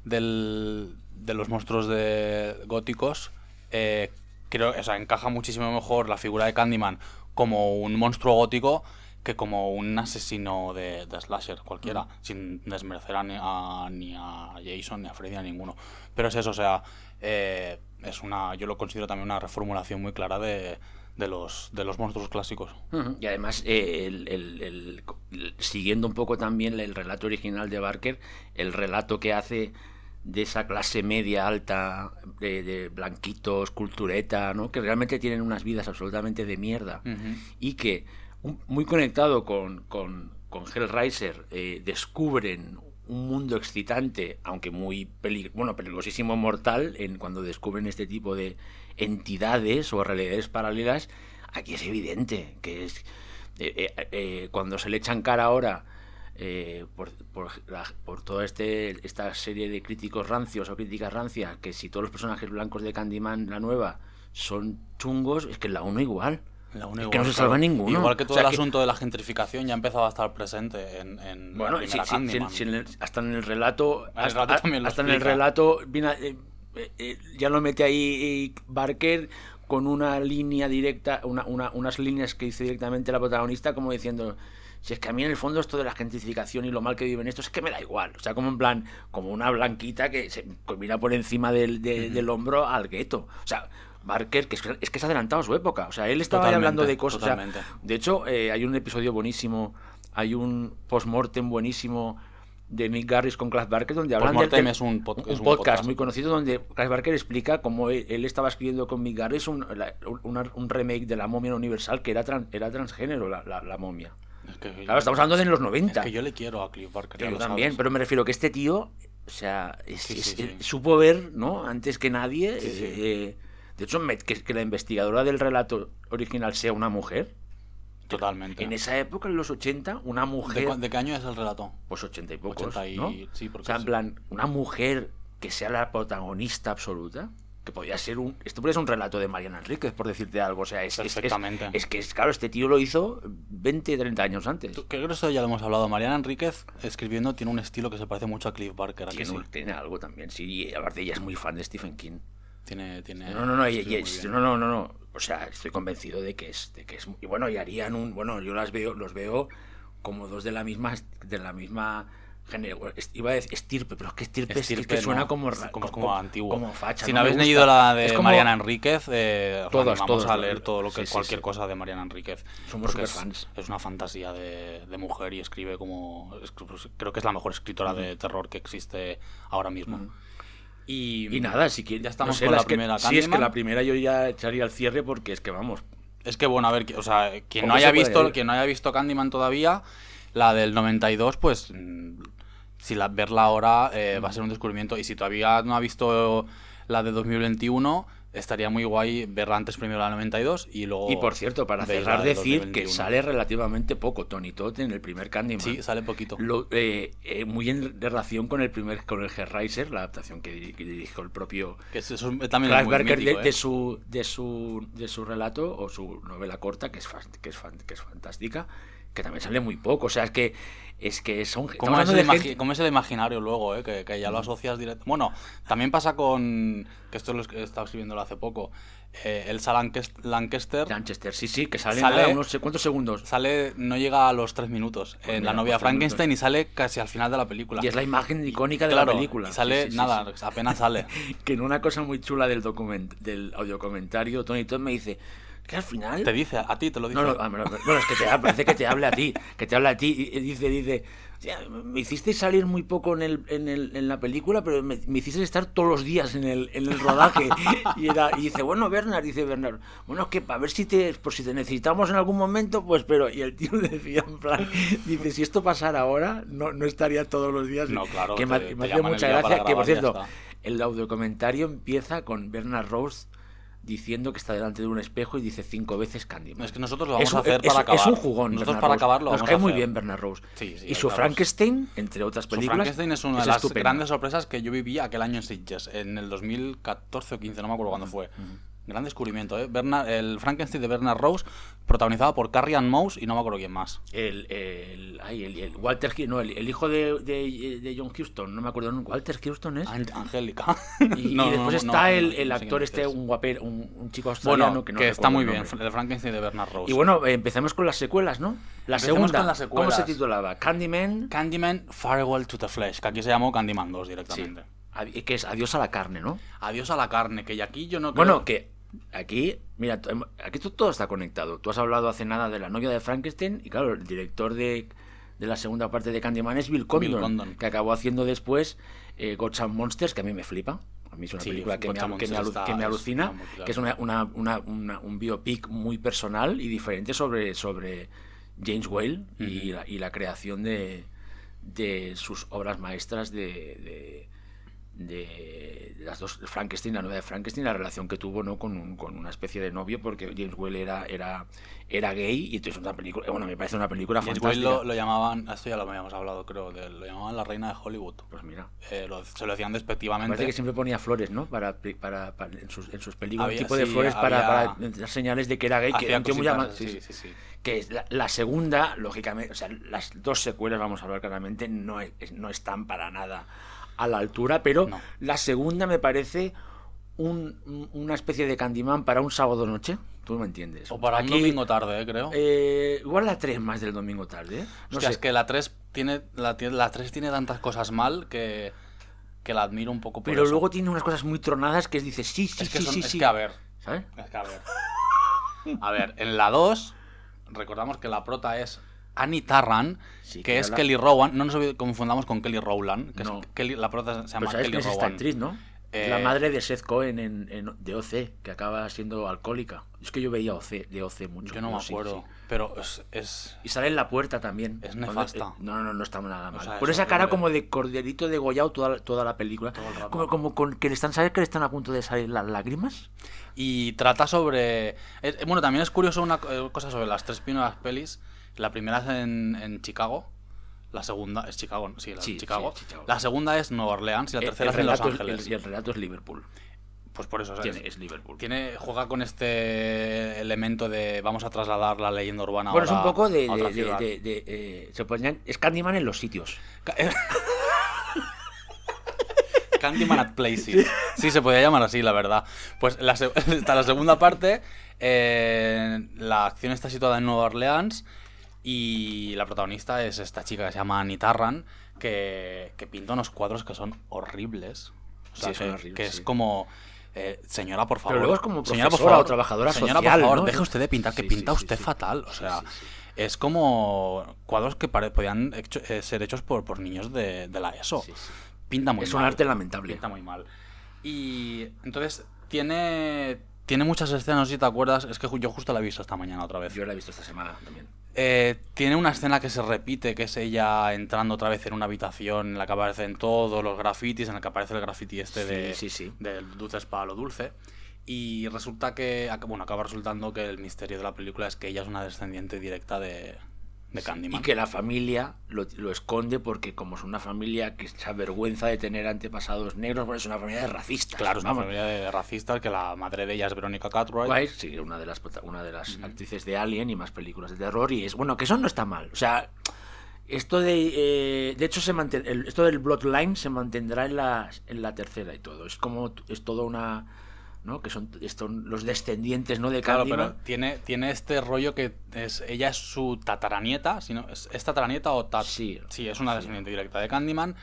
del, de los monstruos de góticos, eh, creo, o sea, encaja muchísimo mejor la figura de Candyman como un monstruo gótico que como un asesino de, de slasher cualquiera, Mm. sin desmerecer a, ni a ni a Jason, ni a Freddy, a ninguno. Pero es eso, o sea, eh, es una, yo lo considero también una reformulación muy clara de, de los de los monstruos clásicos. Ujú. Y además, eh, el, el- el- el- siguiendo un poco también el relato original de Barker, el relato que hace de esa clase media alta, de, de blanquitos, cultureta, ¿no? Que realmente tienen unas vidas absolutamente de mierda. Ujú. Y que, un- muy conectado con, con, con Hellraiser, eh, descubren un mundo excitante, aunque muy pelig- bueno, peligrosísimo, mortal, en cuando descubren este tipo de entidades o realidades paralelas. Aquí es evidente que es eh, eh, eh, cuando se le echan cara ahora eh, por, por, la- por toda este, esta serie de críticos rancios o críticas rancias, que si todos los personajes blancos de Candyman, la nueva, son chungos, es que en la uno igual. La una Es que igual, no se salva claro. ninguno. Igual que todo O sea el que- asunto de la gentrificación ya empezaba a estar presente en, en Bueno, la si, primera si- si- Candyman. si en el- hasta en el relato, El hasta, relato también lo hasta en el explica. relato viene a- eh, eh, eh, ya lo mete ahí eh, Barker con una línea directa, una, una- unas líneas que dice directamente la protagonista, como diciendo: si es que a mí en el fondo esto de la gentrificación y lo mal que viven estos es que me da igual. O sea, como en plan, como una blanquita que se que mira por encima del, de- del hombro al gueto. O sea, Barker, que es, es que se ha adelantado a su época. O sea, él estaba ahí Totalmente, hablando de cosas. O sea, totalmente. de hecho, eh, hay un episodio buenísimo, hay un post-mortem buenísimo de Mick Garris con Clive Barker, donde hablan del- Post-mortem del- es un pod- un es un podcast, podcast. muy conocido, donde Clive Barker explica cómo él, él estaba escribiendo con Mick Garris un, la- una- un remake de La momia universal que era, tran- era transgénero, la, la, la momia. Es que, Claro, estamos hablando de los noventa. es que yo le quiero a Cliff Barker. Que ya yo lo también, sabes. pero me refiero que este tío, o sea, es- Sí, es- sí, sí. eh, supo ver, ¿no? Antes que nadie. Sí, sí. eh, de hecho, me- que, que la investigadora del relato original sea una mujer. Totalmente. En esa época, en los ochenta, una ¿De, mujer. cu- de qué año es el relato? Pues ochenta y pocos, ochenta y- ¿no? sí, porque o sea, en sí. plan, una mujer que sea la protagonista absoluta, que podría ser un... Esto podría ser un relato de Mariana Enríquez, por decirte algo. O sea, es, es- es- Perfectamente. Es, que, es, claro, este tío lo hizo veinte, treinta años antes. Tú- Creo que esto ya lo hemos hablado. Mariana Enríquez, escribiendo, tiene un estilo que se parece mucho a Cliff Barker. ¿a que Tiene, sí? un- tiene algo también, sí. Y aparte, ella es muy fan de Stephen King. Tiene, tiene, No, no, no, y- escribe y- muy es- bien. no, no, no, no. O sea, estoy convencido de que es, de que es, y bueno, y harían un, bueno, yo las veo, los veo como dos de la misma, de la misma género. Es- Iba a decir estirpe, pero es que estirpe, es- es, Estirpe, que suena no, como, es ra- como, como, como antiguo. como facha. Si no no me habéis gusta. leído la de Es como- Mariana Enríquez, eh, os Todas, animamos todas, a lo- leer todo lo que sí, sí, cualquier sí. cosa de Mariana Enríquez. Somos porque es, superfans. es una fantasía de, de mujer y escribe como... es- pues, creo que es la mejor escritora de terror que existe ahora mismo. Ujú. Y, Y nada, si quieres, ya estamos no sé, con la las que- primera Sí, es que Candyman. la primera yo ya echaría al cierre porque es que vamos. Es que bueno, a ver, o sea, quien Poco no haya se puede visto, añadir. quien no haya visto Candyman todavía, la del noventa y dos, pues mm, si la, verla ahora eh, va a ser un descubrimiento. Y si todavía no ha visto la de dos mil veintiuno, estaría muy guay verla antes primero la noventa y dos y luego... Y por cierto, para veis cerrar, la de decir dos mil que veintiuno. sale relativamente poco Tony Todd en el primer Candyman. Sí, sale poquito. Lo- eh, eh, muy en relación con el primer con el Hellraiser, la adaptación que, di- que dirigió el propio Que eso es- también Clive es muy Barker mítico, de, ¿eh? de su de su de su relato o su novela corta, que es fan- que es fan- que es fantástica, que también sale muy poco. O sea, es que es que son... ¿Cómo es, el de imagi- gente... cómo es el imaginario luego, eh? que, que ya lo asocias directo? Bueno, también pasa con... Que esto lo he estado escribiéndolo hace poco. Eh, Elsa Lancaster, Lancaster Lancaster, sí, sí, que sale, Sale- nada, unos cuantos segundos. sale, no llega a los tres minutos Pues en mira, La novia pues tres Frankenstein y sale casi al final de la película. Y es la imagen icónica de Claro, la película. y sale, Sí, sí, sí, nada, sí. apenas sale. Que en una cosa muy chula del document, del audiocomentario, Tony Todd me dice que al final... Te dice, a ti te lo dice. No, no, ah, bueno, bueno, es que te, parece que te hable a ti, que te habla a ti y dice, dice, "Ya, me hiciste salir muy poco en el, en el, en la película, pero me, me hiciste estar todos los días en el, en el rodaje". Y, era, y dice, bueno, Bernard, dice Bernard, bueno, es que a ver si te, por si te necesitamos en algún momento, pues, pero, y el tío decía en plan, dice, si esto pasara ahora, no, no estaría todos los días. No, claro, que te- me, te me hace llaman el mucha día gracia, para que por grabar y ya cierto, está. el audiocomentario empieza con Bernard Rose diciendo que está delante de un espejo y dice cinco veces Candyman. Es que nosotros lo vamos Es a un- hacer es- para acabar. Es un jugón. Nosotros Bernard para Rose. acabar lo Nos vamos cae a muy hacer. bien Bernard Rose. Sí, sí, y su claro. Frankenstein, entre otras Su películas. Frankenstein es una de es las estupenda. grandes sorpresas que yo viví aquel año en Sitges, en el dos mil catorce o quince, no me acuerdo cuándo fue. Gran descubrimiento, ¿eh? Bernard, el Frankenstein de Bernard Rose, protagonizado por Carrie Ann Moss y no me acuerdo quién más. El, el, ay, el, el Walter Huston, no, el, el hijo de, de, de John Huston, no me acuerdo, ¿no? Walter Huston es. An- Angélica. Y, No, y no, después no, está no, el, no sé el quién actor es. este, un guaper, un, un chico australiano Bueno, que que, no está recuerdo muy el bien, nombre. el Frankenstein de Bernard Rose. Y bueno, eh, empecemos con las secuelas, ¿no? La Empecemos segunda, con las ¿cómo se secuelas. titulaba? Candyman, Candyman Farewell to the Flesh, que aquí se llamó Candyman dos directamente. Adi- que es Adiós a la carne, ¿no? Adiós a la carne, que y aquí yo no creo... Bueno, que aquí, mira, t- aquí to- todo está conectado. Tú has hablado hace nada de La novia de Frankenstein y claro, el director de, de la segunda parte de Candyman es Bill Condon, Bill Condon. que acabó haciendo después eh, Gods and Monsters, que a mí me flipa. A mí es una Sí, película que me, Gods and alu- que me, Monsters alu- está- que me es alucina, una muy claro. que es una, una, una, una- un biopic muy personal y diferente sobre, sobre James Whale y, la, y la creación de, de sus obras maestras de... de de las dos, Frankenstein, la novia de Frankenstein, la relación que tuvo, ¿no? con, un- con una especie de novio, porque James Whale era, era, era gay y entonces una película, bueno, me parece una película James fantástica. Whale lo, lo llamaban, esto ya lo habíamos hablado creo, de- lo llamaban la reina de Hollywood. Pues mira, Eh, lo- se lo decían me despectivamente. parece que siempre ponía flores, ¿no? Para, para, para- en, sus, en sus películas, Había- un tipo de sí, flores para, había- para dar señales de que era gay, que Hacía era un tío muy cositas, llamado- sí, sí, sí, sí. que es la, la segunda, lógicamente, o sea, las dos secuelas, vamos a hablar claramente, no, es- no están para nada a la altura, pero No. la segunda me parece un- una especie de Candyman para un sábado noche, tú me entiendes. O para un Aquí, domingo tarde, eh, creo. eh, igual la tres más del domingo tarde, ¿eh? No Hostia, sé. es que la tres tiene, la, tiene- la tres tiene tantas cosas mal que, que la admiro un poco por Pero eso. luego tiene unas cosas muy tronadas que es, dices, sí, sí, es que, sí, son- sí, es sí. que a ver, ¿Sabes? es que a ver. A ver, en la dos recordamos que la prota es Annie Tarrant, Sí, que que es era la- Kelly Rowan. No nos olvide- confundamos con Kelly Rowland, que No. es Kelly, la prota se llama Pues sabes Kelly que es esta Rowan. actriz, ¿no? Eh, La madre de Seth Cohen en, en- de O C, que acaba siendo alcohólica. Es que yo veía O C, de O C mucho. Yo no me sí, acuerdo, sí. pero es, es- Y sale en La Puerta también. Es Cuando- nefasta. eh, No, no, no está nada mal. O sea, Por es esa cara horrible. como de corderito degollado toda, toda la película. Todo el rato. Como, como con que le están, ¿sabes que le están a punto de salir las lágrimas? y trata sobre... es- bueno, también es curioso una co- eh, cosa sobre las tres primeras pelis. La primera es en, en Chicago. La segunda es Chicago, ¿no? sí, la Sí, Chicago. sí, Chicago. La segunda es Nueva Orleans y la El- tercera el es en Los relato es- Ángeles. el- y el relato es Liverpool. Pues por eso, ¿sabes? Tiene, es Liverpool. Tiene, juega con este elemento de vamos a trasladar la leyenda urbana Bueno, es ahora un poco de... a otra de- de- ciudad. de- de, eh, se ponían, es Candyman en los sitios. Candyman at Places. Sí, se podía llamar así, la verdad. Pues la, se- está la segunda parte, eh, la acción está situada en Nueva Orleans y la protagonista es esta chica que se llama Annie Tarrant, que, que pinta unos cuadros que son horribles. O sea, Sí, son que, horribles, que es sí. como... eh, señora, por favor. Pero luego es como señora, por profesora favor, o trabajadora señora, social, por favor, ¿no? deje usted de pintar, que Sí, pinta sí, sí, usted sí. fatal. O Sí, sea, sí, sí. es como cuadros que pare- podían hecho- eh, ser hechos por, por niños de, de la ESO. Sí, sí. Pinta muy Es mal. un arte lamentable. Pinta muy mal. Y entonces tiene tiene muchas escenas, no sé si te acuerdas, es que ju- yo justo la he visto esta mañana otra vez. Yo la he visto esta semana también. Eh, tiene una escena que se repite, que es ella entrando otra vez en una habitación en la que aparecen todos los grafitis, en la que aparece el graffiti este Sí, de, sí, sí. del dulces para lo dulce. Y resulta que, ac- bueno, acaba resultando que el misterio de la película es que ella es una descendiente directa de, de Candyman. Y que la familia lo, lo esconde porque como es una familia que se avergüenza de tener antepasados negros, bueno, es una familia de racistas. Claro, es una vamos. familia de racistas, que la madre de ella es Veronica Cartwright. White, sí, una de las, una de las uh-huh. actrices de Alien y más películas de terror. Y es, bueno, que eso no está mal. O sea, esto de... Eh, de hecho, se manten, el, esto del Bloodline se mantendrá en la, en la tercera y todo. Es como... Es todo una... ¿no? Que son, son los descendientes, ¿no? de Candyman. Claro, pero tiene, tiene este rollo que es ella es su tataranieta, sino es, ¿es tataranieta o tat? Sí, sí, es una sí. descendiente directa de Candyman.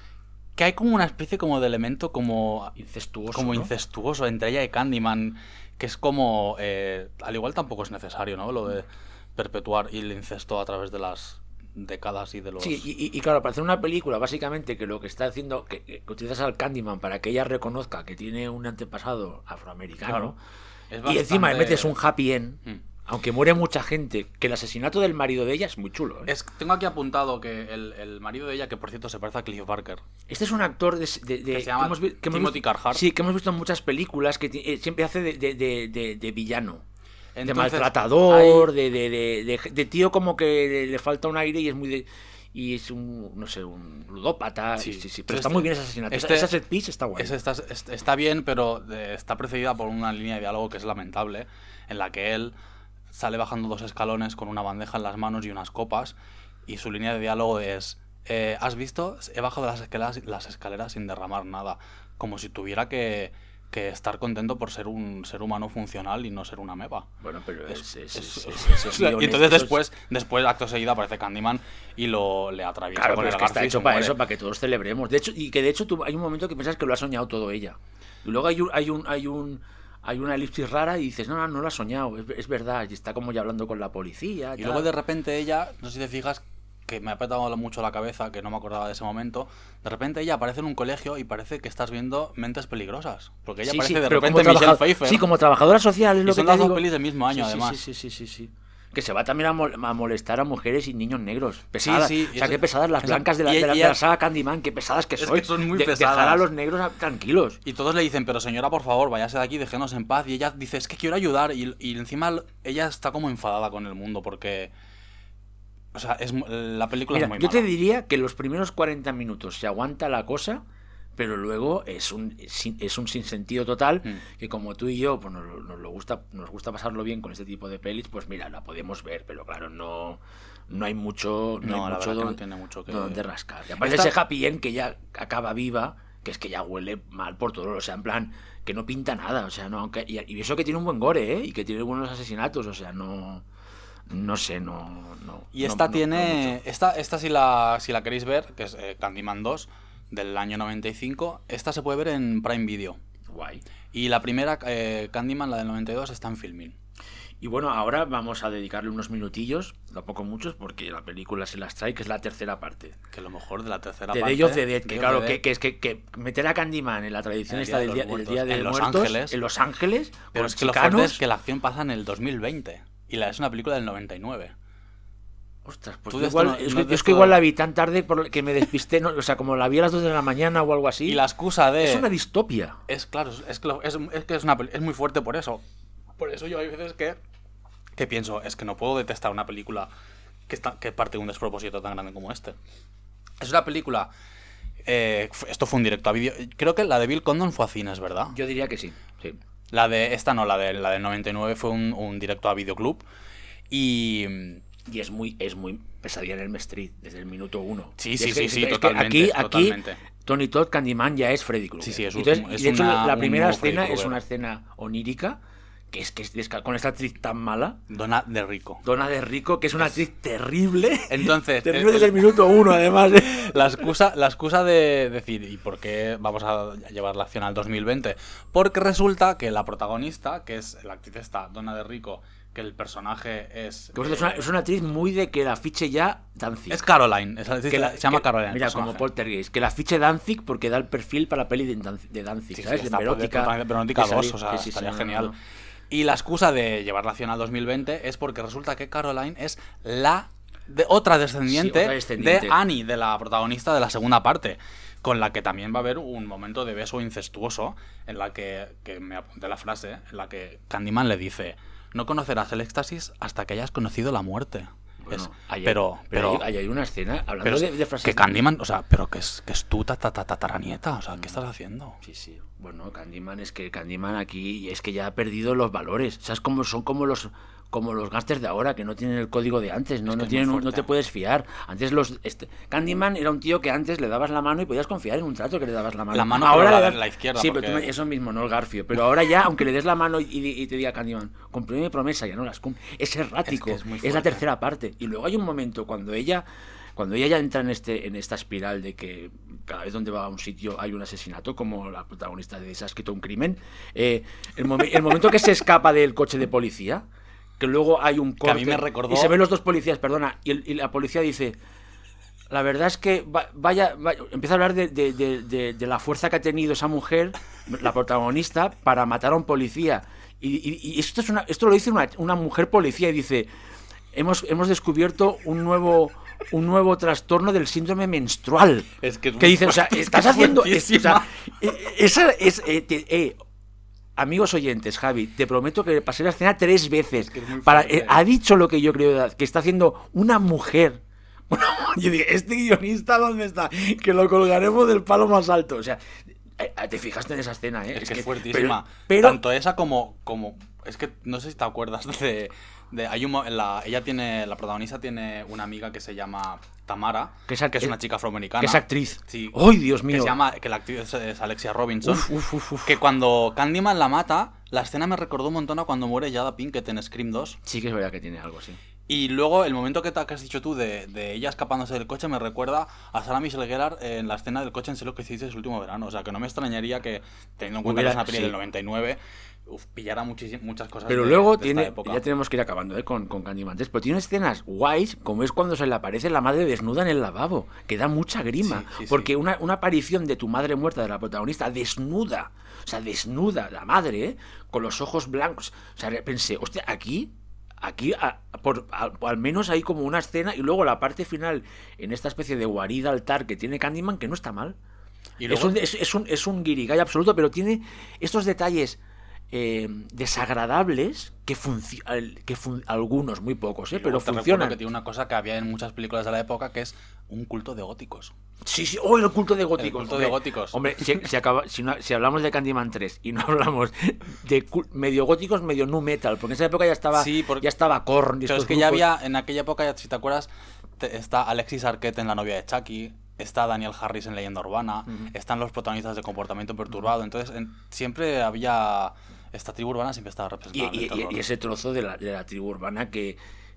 Que hay como una especie como de elemento como incestuoso, como ¿no? incestuoso entre ella y Candyman, que es como eh, al igual tampoco es necesario, ¿no? Lo de perpetuar el incesto a través de las décadas y de los... Sí, y, y claro, para hacer una película, básicamente, que lo que está haciendo, que, que utilizas al Candyman para que ella reconozca que tiene un antepasado afroamericano, claro, bastante... y encima le metes un happy end, mm. aunque muere mucha gente, que el asesinato del marido de ella es muy chulo, ¿eh? Es, tengo aquí apuntado que el, el marido de ella, que por cierto se parece a Cliff Barker. Este es un actor de, de, de, que se llama que hemos, que Timothy hemos, Carhart. Sí, que hemos visto en muchas películas, que t- siempre hace de, de, de, de, de villano. Entonces, de maltratador, hay... de, de, de, de, de tío como que le falta un aire y es muy de... Y es un, no sé, un ludópata. Sí, sí, sí. Pero este, está muy bien ese asesinato. Este, esa set piece está guay. Está, está bien, pero está precedida por una línea de diálogo que es lamentable, en la que él sale bajando dos escalones con una bandeja en las manos y unas copas, y su línea de diálogo es: eh, ¿has visto? He bajado las escaleras, las escaleras sin derramar nada. Como si tuviera que... que estar contento por ser un ser humano funcional y no ser una meba. Bueno, pero es... es, es, es, es, es, es, es y entonces después, después, acto seguido, aparece Candyman y lo le atraviesa claro, con pero el es que está hecho para muere. eso, para que todos celebremos. De hecho, y que de hecho tú, hay un momento que piensas que lo ha soñado todo ella. Y luego hay un... Hay un, hay un hay una elipsis rara y dices, no, no, no lo ha soñado, es, es verdad. Y está como ya hablando con la policía. Y tal. luego de repente ella, no sé si te fijas, que me ha petado mucho la cabeza, que no me acordaba de ese momento, de repente ella aparece en un colegio y parece que estás viendo Mentes Peligrosas, porque ella sí, aparece sí, de pero repente como Michelle Pfeiffer. Sí, como trabajadora social, es y lo son que te las digo. dos pelis del mismo año, sí, además. Sí, sí, sí, sí, sí. Que se va también a, mol- a molestar a mujeres y niños negros. Pesadas. Sí, sí, o sea, qué pesadas las esa, blancas de la, y, de, la, y, de la saga Candyman, qué pesadas que es sois. Que son muy de, pesadas. Dejar a los negros a, tranquilos. Y todos le dicen, pero señora, por favor, váyase de aquí, déjenos en paz. Y ella dice, es que quiero ayudar. Y, y encima ella está como enfadada con el mundo porque... O sea, es, la película Mira, es muy yo mala. te diría que los primeros cuarenta minutos se aguanta la cosa, pero luego es un es un sinsentido total, mm. que como tú y yo pues nos, nos lo gusta nos gusta pasarlo bien con este tipo de pelis, pues mira, la podemos ver, pero claro, no no hay mucho no, no hay la mucho, donde, donde, no tiene mucho que... donde rascar. Y aparte ese happy end que ya acaba viva, que es que ya huele mal por todo, o sea, en plan que no pinta nada, o sea, no, aunque y, y eso que tiene un buen gore, ¿eh? Y que tiene buenos asesinatos, o sea, no no sé, no, no y esta no, tiene no, no esta esta si la si la queréis ver, que es eh, Candyman dos del año noventa y cinco, esta se puede ver en Prime Video. Guay. Y la primera eh, Candyman, la del noventa y dos, está en Filmin. Y bueno, ahora vamos a dedicarle unos minutillos, tampoco muchos, porque la película se las trae, que es la tercera parte. Que lo mejor de la tercera de parte... The Day of the Dead, que Day claro, the que, Dead. que es que, que meter a Candyman en la tradición el esta del día, del día de en Los Muertos, Ángeles. en Los Ángeles, pero es que lo fuerte es que la acción pasa en el dos mil veinte, y la es una película del noventa y nueve. Ostras, pues yo igual, no, es, no es que esto... igual la vi tan tarde que me despisté, ¿no? O sea, como la vi a las dos de la mañana o algo así. Y la excusa de... Es una distopia. Es claro, es, es, es que es, una, es muy fuerte por eso. Por eso yo hay veces que, que pienso, es que no puedo detestar una película que, está, que parte de un despropósito tan grande como este. Es una película... Eh, esto fue un directo a vídeo. Creo que la de Bill Condon fue a cines, ¿verdad? Yo diría que sí, sí. La de... Esta no, la de la del noventa y nueve fue un, un directo a videoclub. Y... Y es muy, es muy Pesadilla en Elm Street desde el minuto uno. Sí, sí, es sí, que, sí, es totalmente, aquí, totalmente. Aquí, Tony Todd, Candyman ya es Freddy Krueger. Sí, sí, es, un, Entonces, es y de hecho, una, la primera escena es una escena onírica, que es que es desca- con esta actriz tan mala. Donna de Rico. Donna de Rico, que es una actriz terrible. Entonces... terrible desde el minuto uno, además. La excusa, la excusa de decir, ¿y por qué vamos a llevar la acción al dos mil veinte? Porque resulta que la protagonista, que es la actriz esta, Donna de Rico, que el personaje es... Que es, una, es una actriz muy de que la fiche ya Danzig. Es Caroline, es la, que la, se llama que, Caroline. Mira, como Poltergeist, que la fiche Danzig porque da el perfil para la peli de Danzig, de Danzig sí, ¿sabes? Sí, de Verótica. De Verótica dos, o sea, sí, sí, estaría sí, genial. No, no. Y la excusa de llevar la acción al dos mil veinte es porque resulta que Caroline es la de otra descendiente, sí, otra descendiente de Annie, de la protagonista de la segunda parte, con la que también va a haber un momento de beso incestuoso, en la que, que me apunté la frase, en la que Candyman le dice: no conocerás el éxtasis hasta que hayas conocido la muerte. Bueno, es, ahí hay- pero, pero, pero, ahí hay una escena hablando pero es de, de frases. que Candyman, o sea, pero que es, que es tu tataranieta, o sea, ¿qué estás haciendo? Sí, sí. Bueno, Candyman es que Candyman aquí es que ya ha perdido los valores. ¿Sabes cómo son como los como los gángsters de ahora que no tienen el código de antes, no Es que no es tienen muy un- no fuerte. te puedes fiar. Antes los este, Candyman era un tío que antes le dabas la mano y podías confiar en un trato que le dabas la mano. La mano, ahora pero la le de das- la izquierda, Sí, pero porque- tú me- eso mismo, no el garfio, pero ahora ya aunque le des la mano y, y te diga Candyman, cumplí mi promesa, ya no las cumple. Es errático, Es que es muy es la fuerte. tercera parte y luego hay un momento cuando ella cuando ella ya entra en este en esta espiral de que cada vez donde va a un sitio hay un asesinato, como la protagonista de Se ha escrito un crimen, eh, el, momen- el momento que se escapa del coche de policía, que luego hay un corte a mí me recordó- y se ven los dos policías, perdona, y, el- y la policía dice, la verdad es que va- vaya, vaya- empieza a hablar de, de- de- de- de la fuerza que ha tenido esa mujer, la protagonista, para matar a un policía. Y, y- y esto es una, esto lo dice una, una mujer policía y dice, hemos, hemos descubierto un nuevo un nuevo trastorno del síndrome menstrual. Es que es que muy dice, o sea, fuerte, es estás que es haciendo, es- o sea, fuertísima. eh, esa es, eh, te- eh, amigos oyentes, Javi, te prometo que pasé la escena tres veces. que es muy para, fuerte. eh, ha dicho lo que yo creo que está haciendo una mujer. Yo dije, ¿este guionista dónde está? Que lo colgaremos del palo más alto. O sea, eh, te fijaste en esa escena, ¿eh? Es, que es fuertísima. Pero, pero- Tanto esa como, como. Es que no sé si te acuerdas de. de hay un, mo- la, ella tiene. La protagonista tiene una amiga que se llama Tamara. Que es Que act- es, una chica afroamericana. que es actriz. Sí. ¡Ay, Dios Que mío! se llama. Que la actriz es, es Alexia Robinson. Uf, uf, uf, uf. Que cuando Candyman la mata, la escena me recordó un montón a cuando muere Jada Pinkett en Scream dos. Sí que es verdad que tiene algo así. Y luego el momento que, te, que has dicho tú de, de ella escapándose del coche me recuerda a Sarah Michelle Gellar en la escena del coche en Sé lo que hiciste el último verano. O sea, que no me extrañaría que, teniendo en cuenta que Hubiera- es una peli sí. del noventa y nueve, uf, pillara muchísim- muchas cosas Pero de, luego de esta tiene, época. ya tenemos que ir acabando ¿eh? con, con Candyman tres, pero tiene escenas guays, como es cuando se le aparece la madre desnuda en el lavabo, que da mucha grima, Sí, sí, sí. porque una, una aparición de tu madre muerta, de la protagonista, desnuda, o sea, desnuda, la madre, ¿eh? Con los ojos blancos, o sea, pensé, hostia, aquí... Aquí, a- por, a- al menos hay como una escena y luego la parte final en esta especie de guarida altar que tiene Candyman, que no está mal. Y Es luego, un, es, es un, es un guirigay absoluto, pero tiene estos detalles eh, desagradables que, funci- al- que fun- algunos, muy pocos, y ¿eh? luego pero te recuerdo funcionan. que tiene una cosa que había en muchas películas de la época que es un culto de góticos. Sí, sí, oh, el culto de góticos. El culto hombre. de góticos. Hombre, si, si acaba- si, no- si hablamos de Candyman tres y no hablamos de cul- medio góticos, medio nu metal, porque en esa época ya estaba, Sí, porque- ya estaba Korn. y Pero estos es que ya grupos. había, en aquella época, si te acuerdas, te- está Alexis Arquette en La novia de Chucky, está Daniel Harris en Leyenda Urbana, Ujú. están los protagonistas de Comportamiento Perturbado, entonces en- siempre había... Esta tribu urbana siempre estaba Y, representada en y- el y- terror. y ese trozo de la, de la tribu urbana que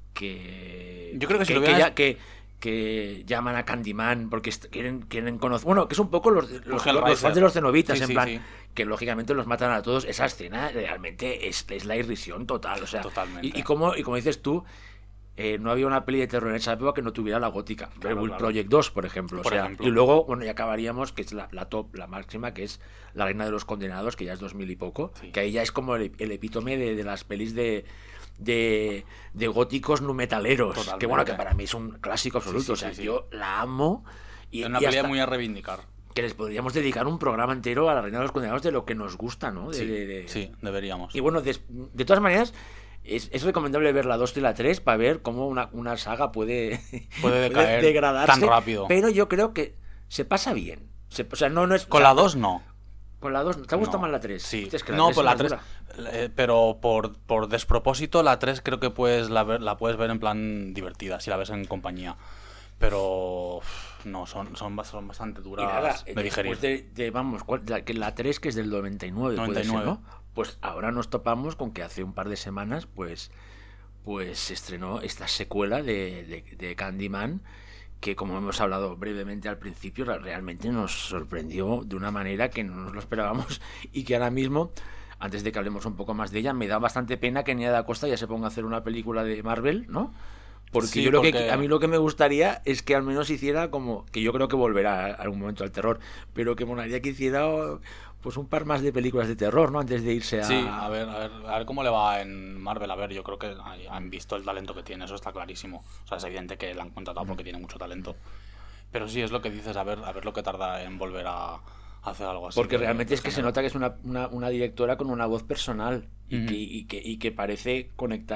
que Yo creo que si que, lo que hubieras- ya- que- que llaman a Candyman porque est- quieren quieren conocer, bueno, que es un poco los, los, los Hellraiser. fans de los cenobitas, Sí, en sí, plan sí. que lógicamente los matan a todos. Esa escena realmente es, es la irrisión total, o sea, Totalmente. y, y como y como dices tú, eh, no había una peli de terror en esa época que no tuviera la gótica. Claro, Rebel claro. Project dos, por ejemplo. Por o sea, ejemplo. Y luego, bueno, ya acabaríamos, que es la, la top, la máxima, que es La Reina de los Condenados, que ya es dos mil y poco, Sí. que ahí ya es como el, el epítome de, de las pelis de, de, de góticos numetaleros. Totalmente. Que bueno, que para mí es un clásico absoluto. Sí, sí, o sea, sí, sí. yo la amo. Y, Es una y pelea hasta muy a reivindicar. que les podríamos dedicar un programa entero a La Reina de los Condenados de lo que nos gusta, ¿no? De- Sí, de- de- sí, deberíamos. Y bueno, des- de todas maneras, es, es recomendable ver la dos y la tres para ver cómo una, una saga puede, Puede decaer degradarse. tan rápido. Pero yo creo que se pasa bien. Se- o sea, no, no es. Con o sea, la dos no. Con la dos. ¿Te ha gustado No. más la tres? Sí. Es que la No, tres por es la tres. dura. eh, pero por, por despropósito, la tres creo que puedes la, ver, la puedes ver en plan divertida, si la ves en compañía. Pero uf, no, son, son, bas- son bastante Y duras nada, de después digerir. de, de, vamos, ¿cuál- la, que la tres que es del noventa y nueve, puede noventa y nueve. ser, ¿no? Pues ahora nos topamos con que hace un par de semanas, pues, pues se estrenó esta secuela de, de, de Candyman, que como hemos hablado brevemente al principio, re- realmente nos sorprendió de una manera que no nos lo esperábamos y que ahora mismo, antes de que hablemos un poco más de ella, me da bastante pena que Nia da Costa ya se ponga a hacer una película de Marvel, ¿no? Porque Sí, yo lo que porque- a mí lo que me gustaría es que al menos hiciera como que yo creo que volverá a algún momento al terror, pero que molaría que hiciera pues un par más de películas de terror, ¿no? Antes de irse a Sí, a ver, a ver, a ver cómo le va en Marvel. A ver, yo creo que han visto el talento que tiene, eso está clarísimo. O sea, es evidente que la han contratado porque tiene mucho talento. Pero sí, es lo que dices, a ver, a ver lo que tarda en volver a hacer algo así. porque de- realmente de es que se género. nota que es una, una, una directora con una voz personal y, Ujú. que, y, que, y que parece conectar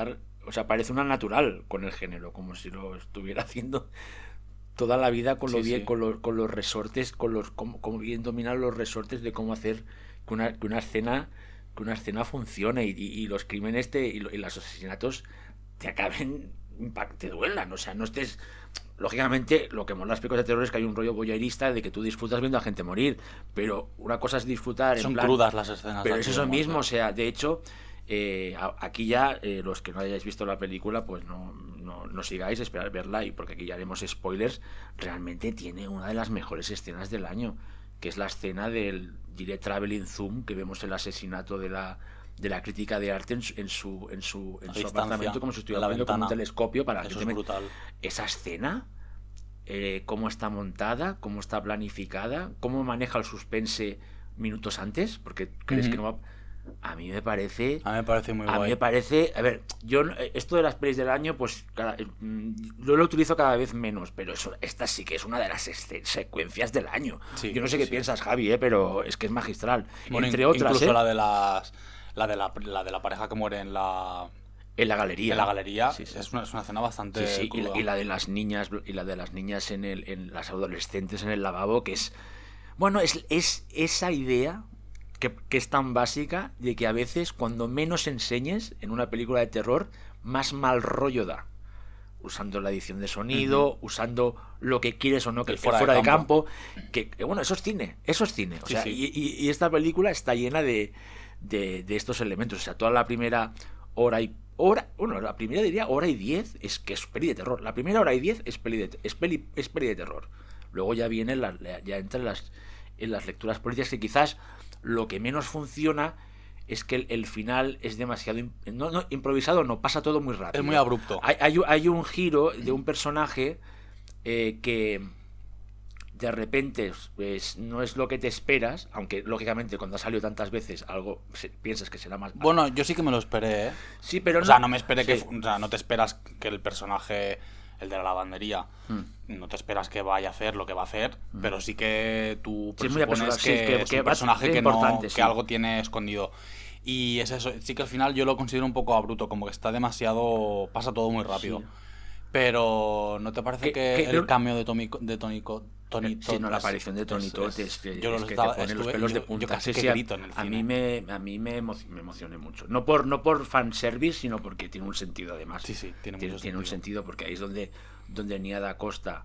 o sea, parece una natural con el género, como si lo estuviera haciendo toda la vida con lo Sí, bien, sí. con los, con los resortes, con los, como, como bien dominar los resortes de cómo hacer que una, que una escena, que una escena funcione y, y, y los crímenes te, y, lo- y los asesinatos te acaben, impact- te duelan, o sea, no estés. Lógicamente, lo que mola las películas de terror es que hay un rollo voyeurista de que tú disfrutas viendo a gente morir, pero una cosa es disfrutar en Son plan, crudas las escenas. pero de es aquí eso de mismo, o muerte. sea, de hecho, eh, a- aquí ya, eh, los que no hayáis visto la película, pues no, no, no sigáis, esperad verla, y porque aquí ya haremos spoilers. Realmente tiene una de las mejores escenas del año, que es la escena del Direct Traveling Zoom, que vemos el asesinato de la de la crítica de arte en su en su, en su, en A su distancia, apartamento, como si estuviera en la viendo con un ventana. telescopio para que Eso te es me- brutal. esa escena, eh, cómo está montada, cómo está planificada, cómo maneja el suspense minutos antes, porque crees Ujú. que no va. A mí me parece. A mí me parece muy A mí guay. me parece. A ver, yo no- esto de las pelis del año, pues cada- mm, yo lo utilizo cada vez menos, pero eso, esta sí que es una de las esce- secuencias del año. Sí, yo no sé sí, qué sí. piensas, Javi, eh, pero es que es magistral. Bueno, Entre in- otras, incluso ¿eh? la de las la de la, la de la pareja que muere en la En la galería. en la galería Sí, sí. es una, es una escena bastante Sí, sí, y la, cruda. y la de las niñas y la de las niñas en el en las adolescentes en el lavabo, que es bueno, es, es esa idea que, que es tan básica de que a veces cuando menos enseñes en una película de terror, más mal rollo da. Usando la edición de sonido, Ujú. usando lo que quieres o no, que El el fuera fuera, de de campo, que, que, bueno, eso es cine, eso es cine. O Sí, sea, sí. Y, y- y esta película está llena de, de, de estos elementos. O sea, toda la primera hora y hora, bueno, la primera diría hora y diez es que es peli de terror. La primera hora y diez es peli de, es peli, es peli de terror. Luego ya viene la, la- ya entra en las, en las lecturas políticas, que quizás lo que menos funciona es que el, el final es demasiado im- no, no, improvisado, no, pasa todo muy rápido. Es muy abrupto. Hay, hay, hay un giro de un personaje eh, que de repente pues, no es lo que te esperas, aunque lógicamente cuando ha salido tantas veces algo se- piensas que será más. Bueno, yo sí que me lo esperé, ¿eh? Sí, pero O sea, no me esperé sí. que fu- o sea, no te esperas que el personaje, el de la lavandería, Mm. no te esperas que vaya a hacer lo que va a hacer, pero sí que tú Sí, muy presupones apresurado, sí, que, que- es que un va a personaje ser que, no, importante, que sí. algo tiene escondido. Y es eso, sí que al final yo lo considero un poco abrupto, como que está demasiado, pasa todo muy rápido. Sí. Pero ¿no te parece Que- que, que el creo- cameo de Tony, de Tony, Co- Tony Sí, no, Todd la es- aparición de Tony es- Todd es- es, que, yo es lo que estaba- te pone los estuve- pelos yo- de punta. yo casi Sí, que sí, a- grito en el a, cine. mí me a mí me, emo- me emocioné mucho. No por no por fanservice, sino porque tiene un sentido además. Sí, sí, tiene tiene, mucho tiene un sentido. sentido porque ahí es donde donde Nia Da Costa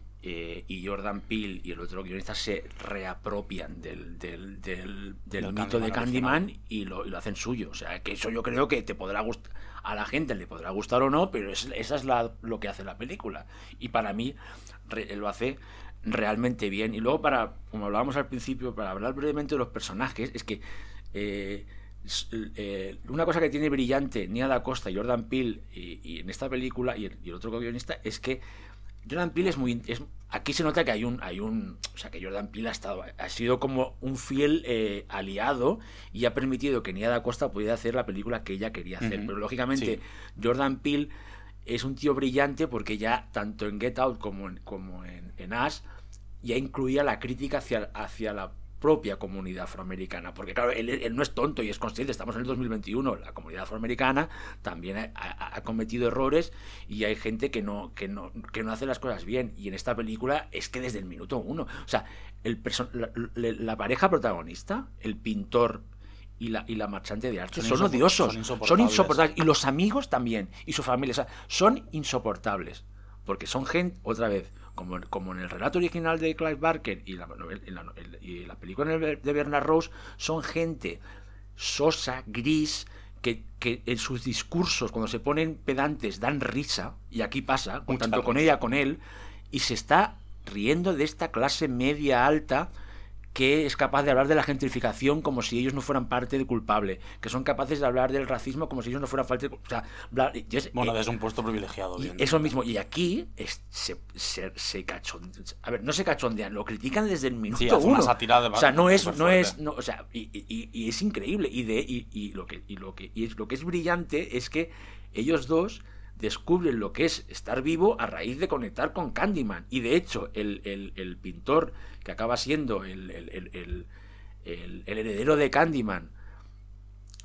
eh, y Jordan Peele y el otro guionista se reapropian del, del, del, del Del mito de Candyman Candyman y lo, y lo hacen suyo. O sea, que eso yo creo que te podrá gustar, a la gente le podrá gustar o no, pero es, esa es la, lo que hace la película. Y para mí re- lo hace realmente bien. Y luego, para como hablábamos al principio, para hablar brevemente de los personajes, es que eh, s- eh, una cosa que tiene brillante Nia Da Costa y Jordan Peele y, y en esta película y el, y el otro guionista es que Jordan Peele es muy es, aquí se nota que hay un hay un o sea que Jordan Peele ha estado ha sido como un fiel eh, aliado y ha permitido que Nia Da Costa pudiera hacer la película que ella quería hacer. Ujú. Pero lógicamente Sí. Jordan Peele es un tío brillante porque ya tanto en Get Out como en, como en, en Us ya incluía la crítica hacia, hacia la propia comunidad afroamericana, porque claro, él, él no es tonto y es consciente, estamos en el dos mil veintiuno, la comunidad afroamericana también ha, ha- ha cometido errores y hay gente que no, que, no, que no hace las cosas bien, y en esta película es que desde el minuto uno, o sea, el perso- la, la- la pareja protagonista, el pintor y la, y la marchante de arte, Son son, insopor- odiosos, son son insoportables. insoportables, y los amigos también, y su familia, o sea, son insoportables, porque son gente, otra vez, como, como en el relato original de Clive Barker y la, novel- en la, el- y la película de Bernard Rose, son gente sosa, gris, que, que en sus discursos, cuando se ponen pedantes, dan risa, y aquí pasa, con, Mucha tanto con risa. ella, con él, y se está riendo de esta clase media alta que es capaz de hablar de la gentrificación como si ellos no fueran parte de culpable, que son capaces de hablar del racismo como si ellos no fueran parte de, o sea, bla- y es- Bueno, eh, desde un puesto privilegiado. y evidentemente. eso mismo, y aquí es- se, se, se cachondean, a ver, no se cachondean, lo critican desde el minuto Sí, hace una uno. sátira de- o sea, no es, no superfuerte. es, no, o sea, y, y- y es increíble, y de y, y lo que y lo que y es, lo que es brillante es que ellos dos descubren lo que es estar vivo a raíz de conectar con Candyman, y de hecho el, el, el pintor que acaba siendo el, el, el, el, el- el heredero de Candyman,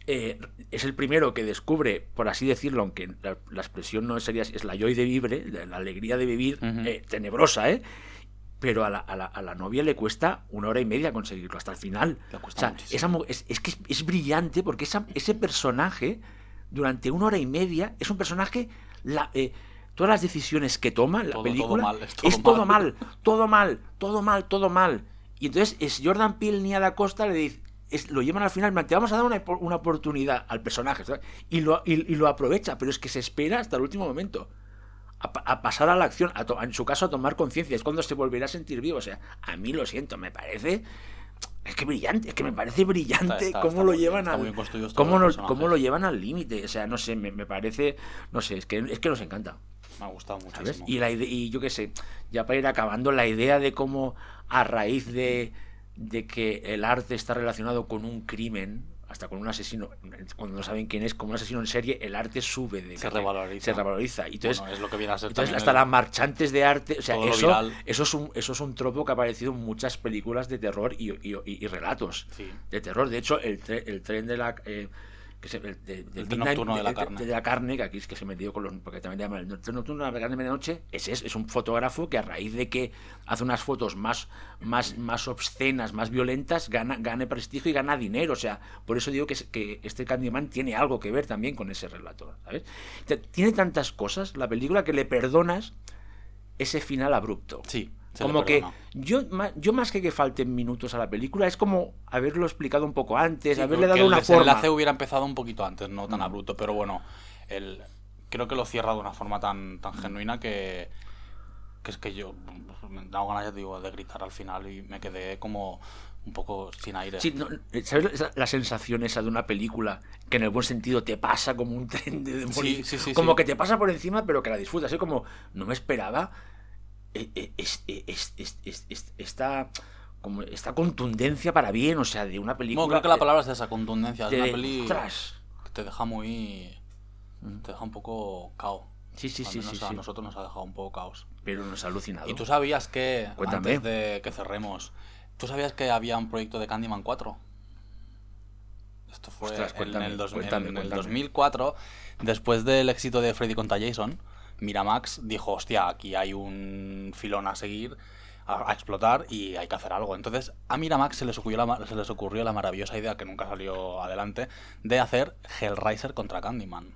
eh, es el primero que descubre, por así decirlo, aunque la, la expresión no sería así, es la joy de vivre, la, la alegría de vivir, uh-huh. eh, tenebrosa, ¿eh? Pero a la, a, la, a la novia le cuesta una hora y media conseguirlo, hasta el final. O sea, esa, es, es que es, es brillante porque esa, ese personaje, durante una hora y media, es un personaje... La, eh, todas las decisiones que toma en la todo, película todo mal, es, todo, es mal. todo mal, todo mal, todo mal, todo mal. Y entonces es Jordan Peele ni a Da Costa le dice, es, lo llevan al final, te vamos a dar una, una oportunidad al personaje, ¿sabes? Y lo, y, y lo aprovecha, pero es que se espera hasta el último momento a, a pasar a la acción, a to, en su caso a tomar conciencia, es cuando se volverá a sentir vivo. O sea, a mí lo siento, me parece... Es que brillante, es que me parece brillante está, está, cómo está lo llevan al cómo, no, cómo lo llevan al límite. O sea, no sé, me, me parece, no sé, es que es que nos encanta. Me ha gustado muchísimo. Y la idea, y yo qué sé, ya para ir acabando, la idea de cómo a raíz de, de que el arte está relacionado con un crimen, hasta con un asesino, cuando no saben quién es, como un asesino en serie, el arte sube de se revaloriza. Se revaloriza. Y entonces, bueno, es lo que viene a ser entonces hasta el... las marchantes de arte, o sea, eso, eso es un eso es un tropo que ha aparecido en muchas películas de terror y, y, y, y relatos sí. de terror. De hecho, el, tre, el tren de la eh, que se, de, de, el tren nocturno de, de la carne, de, de la carne, que aquí es que se metió con los, porque también llama el tren nocturno de la carne de medianoche, es, es, es un fotógrafo que a raíz de que hace unas fotos más, más, más obscenas, más violentas, gana, gana prestigio y gana dinero. O sea, por eso digo que, que este Candyman tiene algo que ver también con ese relato, ¿sabes? Tiene tantas cosas la película que le perdonas ese final abrupto. Sí. Como que yo, yo más que que falten minutos a la película, es como haberlo explicado un poco antes, sí, haberle dado una forma. El enlace hubiera empezado un poquito antes, no tan mm. abrupto, pero bueno, el, creo que lo cierra de una forma tan, tan genuina que, que es que yo me he dado ganas, ya te digo, de gritar al final y me quedé como un poco sin aire. Sí, no, ¿sabes la sensación esa de una película que en el buen sentido te pasa como un tren de demolición? Sí, sí, sí, como sí. que te pasa por encima, pero que la disfrutas. Es como, no me esperaba Es, es, es, es, es, es, esta, como esta contundencia para bien, o sea, de una película. No, creo que la palabra es esa, contundencia. De, es una peli ostras. que te deja muy. Te deja un poco cao. Sí, sí, sí, sí, a sí. nosotros nos ha dejado un poco caos. Pero nos ha alucinado. Y tú sabías que, Cuéntame. antes de que cerremos, ¿tú sabías que había un proyecto de Candyman cuatro? Esto fue ostras, cuéntame, en, el, dos, cuéntame, en cuéntame. el dos mil cuatro, después del éxito de Freddy contra Jason. Miramax dijo, hostia, aquí hay un filón a seguir, a, a explotar y hay que hacer algo. Entonces a Miramax se les, ocurrió la, se les ocurrió la maravillosa idea, que nunca salió adelante, de hacer Hellraiser contra Candyman.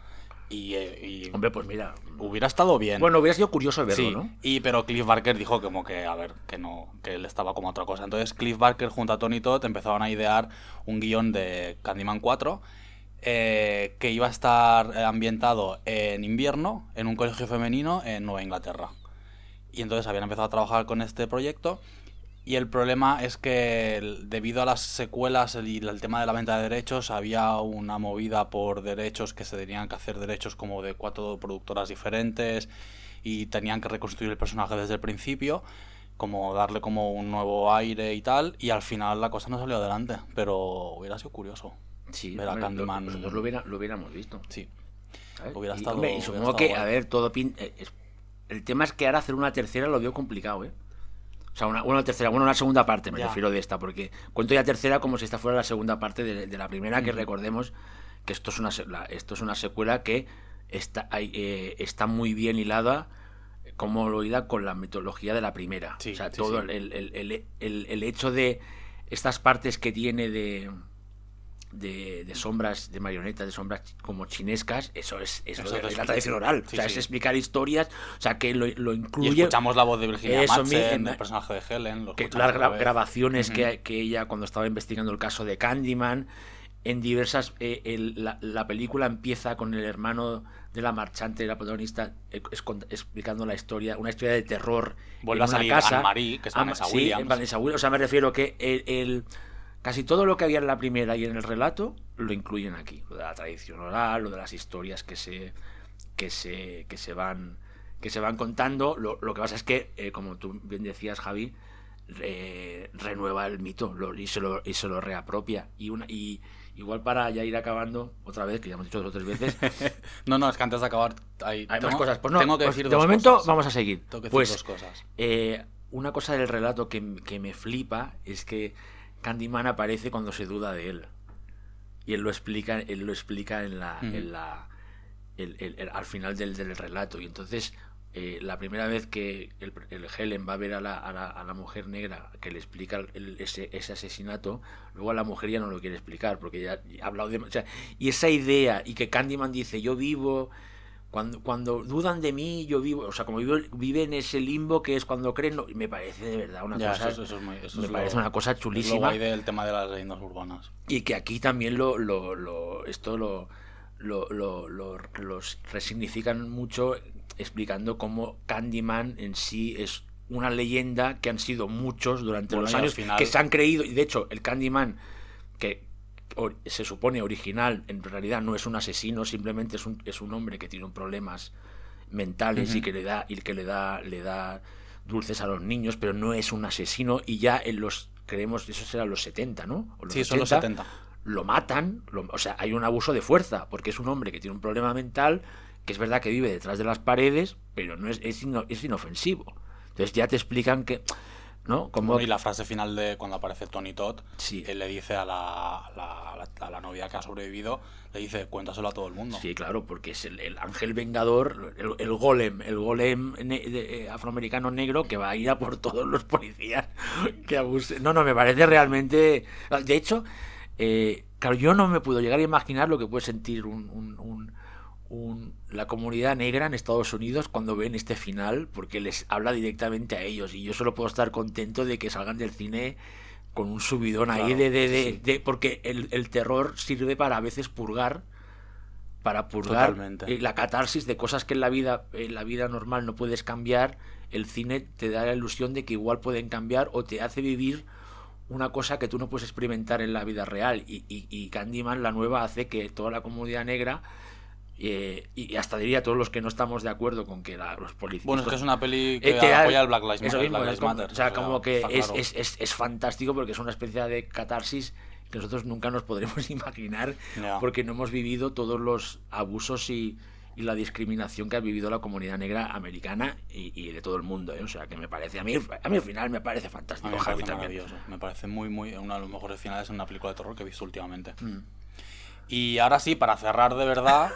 Y, y hombre, pues mira, hubiera estado bien. Bueno, hubiera sido curioso verlo, sí, ¿no? Y pero Cliff Barker dijo como que, a ver, que no, que él estaba como otra cosa. Entonces Cliff Barker junto a Tony Todd empezaron a idear un guión de Candyman cuatro, Eh, que iba a estar ambientado en invierno en un colegio femenino en Nueva Inglaterra. Y entonces habían empezado a trabajar con este proyecto y el problema es que debido a las secuelas y el tema de la venta de derechos había una movida por derechos, que se tenían que hacer derechos como de cuatro productoras diferentes y tenían que reconstruir el personaje desde el principio, como darle como un nuevo aire y tal, y al final la cosa no salió adelante, pero hubiera sido curioso. Sí, ver a hombre, Candyman. lo, nosotros lo, hubiera, lo hubiéramos visto. Sí. ¿Sabes? Hubiera y, estado, hombre, y hubiera supongo estado que, bueno. a ver, todo pin... eh, es... el tema es que ahora hacer una tercera lo veo complicado, ¿eh? O sea, una, una tercera, bueno, una segunda parte, me ya. refiero de esta, porque cuento ya tercera como si esta fuera la segunda parte de, de la primera, que uh-huh. recordemos que esto es una esto es una secuela que está, eh, está muy bien hilada, como lo hila con la mitología de la primera. Sí, o sea, sí, todo sí. El, el, el, el, el hecho de estas partes que tiene de... De, de sombras, de marionetas, de sombras como chinescas, eso es, es, eso lo de, es la tradición oral. Sí, o sea, sí. es explicar historias, o sea, que lo, lo incluye. Y escuchamos la voz de Virginia eso, Madsen, mi, el personaje de Helen. Lo que las gra- vez. grabaciones uh-huh. que, que ella, cuando estaba investigando el caso de Candyman, en diversas. Eh, el, la, la película empieza con el hermano de la marchante, la protagonista, eh, es, explicando la historia, una historia de terror. Vuelve en a salir una casa. Anne-Marie, que es Vanessa sí, Williams. Vanessa Williams. O sea, me refiero que el. el Casi todo lo que había en la primera y en el relato lo incluyen aquí. Lo de la tradición oral, lo de las historias que se que se que se van que se van contando. Lo, lo que pasa es que, eh, como tú bien decías, Javi, eh, renueva el mito lo, y se lo y se lo reapropia. Y una y igual para ya ir acabando otra vez, que ya hemos dicho dos o tres veces. no, no, es que antes de acabar hay, hay tengo, más cosas. Pues no, tengo que pues decir de dos momento cosas. vamos a seguir. Tengo que decir pues, dos cosas. Eh, una cosa del relato que, que me flipa es que Candyman aparece cuando se duda de él. y él lo explica, él lo explica en la, Mm. en la el, el, el, al final del, del relato. Y entonces eh, la primera vez que el, el Helen va a ver a la, a la, a la mujer negra que le explica el, ese, ese asesinato, luego a la mujer ya no lo quiere explicar porque ya, ya ha hablado de, o sea, y esa idea, y que Candyman dice yo vivo cuando, cuando dudan de mí, yo vivo, o sea, como vivo, vive en ese limbo que es cuando creen, no, me parece de verdad una Ya, cosa, eso, eso es muy, eso me es parece lo, una cosa es lo chulísima. guay del tema de las leyendas urbanas. Y que aquí también lo, lo, lo esto lo, lo, lo, lo los resignifican mucho, explicando cómo Candyman en sí es una leyenda que han sido muchos durante Bueno, los y al años final- que se han creído. Y de hecho, el Candyman que or- se supone original, en realidad no es un asesino, simplemente es un, es un hombre que tiene un problemas mentales. Ujú. Y que le da y que le da le da dulces a los niños, pero no es un asesino. Y ya en los creemos, eso será los setenta, ¿no? O los Sí, son los ochenta, setenta. lo matan, lo- o sea, hay un abuso de fuerza, porque es un hombre que tiene un problema mental, que es verdad que vive detrás de las paredes, pero no es, es, ino- es inofensivo. Entonces ya te explican que, ¿no? Como Bueno, y la frase final de cuando aparece Tony Todd, Sí. él le dice a la, a la, a la, a la novia que ha sobrevivido, le dice, cuéntaselo a todo el mundo. Sí, claro, porque es el, el ángel vengador, el, el golem, el golem ne- de- eh, afroamericano negro que va a ir a por todos los policías que abusen. No, no, me parece realmente... De hecho, eh, claro, yo no me puedo llegar a imaginar lo que puede sentir un, un- un- un- la comunidad negra en Estados Unidos cuando ven este final, porque les habla directamente a ellos, y yo solo puedo estar contento de que salgan del cine con un subidón ahí Claro, de, de, de, sí. de- porque el, el terror sirve para a veces purgar, para purgar Totalmente. eh, la catarsis de cosas que en la vida en la vida normal no puedes cambiar. El cine te da la ilusión de que igual pueden cambiar, o te hace vivir una cosa que tú no puedes experimentar en la vida real. Y, y, y Candyman, la nueva, hace que toda la comunidad negra, eh, y hasta diría todos los que no estamos de acuerdo con que la, los policías... Bueno, es que es una peli que Eh, te da- apoya el Black Lives eso Matter. mismo, Black es Lives como- Matter, o sea, como que está es, claro. es, es, es fantástico, porque es una especie de catarsis que nosotros nunca nos podremos imaginar, Ya. porque no hemos vivido todos los abusos y, y la discriminación que ha vivido la comunidad negra americana y, y de todo el mundo, ¿eh? O sea, que me parece, a mí, a mí al final me parece A fantástico. mí me Javi, parece también. maravilloso. Me parece muy, muy uno de los mejores finales en una película de terror que he visto últimamente. Mm. Y ahora sí, para cerrar de verdad,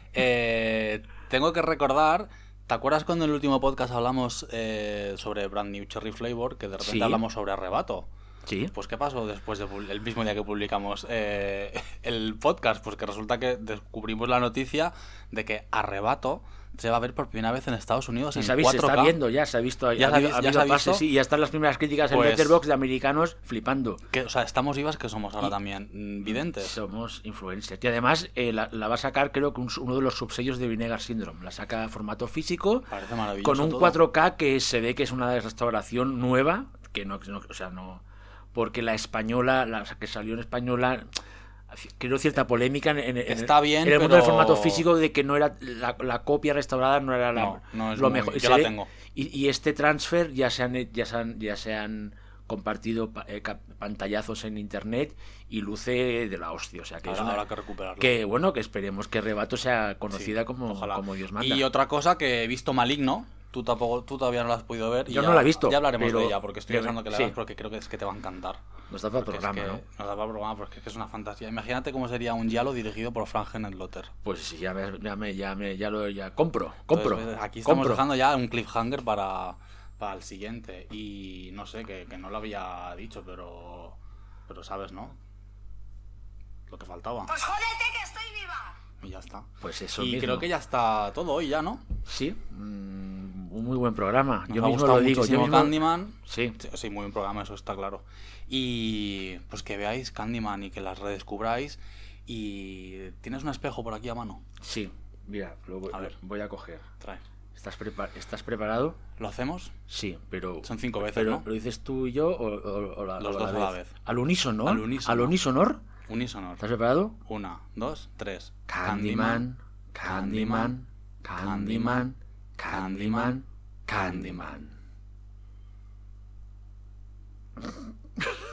eh, tengo que recordar... ¿Te acuerdas cuando en el último podcast hablamos eh, sobre Brand New Cherry Flavor? Que de repente Sí. hablamos sobre Arrebato. Sí. Pues ¿qué pasó después del mismo día que publicamos eh, el podcast? Pues que resulta que descubrimos la noticia de que Arrebato se va a ver por primera vez en Estados Unidos Sí, en se, ha visto, se cuatro K. está viendo ya, se ha visto, ¿Ya ha se ha habido- vis- ha ya habido se ha pases, visto? sí, y ya están las primeras críticas en Pues- Letterboxd de americanos flipando. Que, o sea, estamos vivas que somos ahora Y- también mm, videntes. Somos influencers. Y además eh, la, la va a sacar, creo que un- uno de los subsellos de Vinegar Syndrome. La saca en formato físico, Parece maravilloso con un todo. cuatro K que se ve que es una de restauración nueva, que no, no- o sea, no, porque la española, la que salió en española, creo cierta polémica en, en- en- Está bien, en el mundo del pero- formato físico, de que no era la, la copia restaurada no era la, No, no es lo muy- mejor. yo Se la ve- tengo. Y, y este transfer ya se han ya se han, ya se han compartido pa- eh, cap- pantallazos en internet y luce de la hostia, o sea que es Ahora una- habrá que recuperarlo. que bueno, que esperemos que Rebato sea conocida Sí, como, ojalá. como Dios manda. Y otra cosa que he visto Maligno, tú tampoco, tú todavía no la has podido ver. y Yo ya- no la he visto, Ya hablaremos pero- de ella, porque estoy pero- pensando que la sí. veas porque creo que es que te va a encantar. Nos da para el Porque es programa, que- ¿no? Nos da para el programa porque es que es una fantasía. Imagínate cómo sería un Yalo dirigido por Frank Henenlotter. Pues sí, ya me, ya me, ya me- ya lo ya compro, compro. Entonces, aquí estamos compro. dejando ya un cliffhanger para, para el siguiente. Y no sé, que, que no lo había dicho, pero pero sabes, ¿no? Lo que faltaba. Pues jódete que estoy viva. Y ya está. Pues eso Y mismo. creo que ya está todo hoy, ya, ¿no? Sí, mm, un muy buen programa. Nos yo ha mismo gustado lo digo, yo muchísimo mismo... Candyman. Sí. Sí, sí, muy buen programa, eso está claro. Y pues que veáis Candyman y que las redescubráis. Y tienes un espejo por aquí a mano. Sí, mira, lo voy A ver. voy a coger. Trae. ¿Estás, prepa- ¿Estás preparado? ¿Lo hacemos? Sí, pero... Son cinco veces, pero ¿no? ¿lo dices tú y yo o, o- o la, Los o dos a la vez. ¿Al unísono? Al unísono. ¿Al unísono? Unísono. ¿Estás preparado? Una, dos, tres. Candyman, Candyman, Candyman, Candyman, Candyman.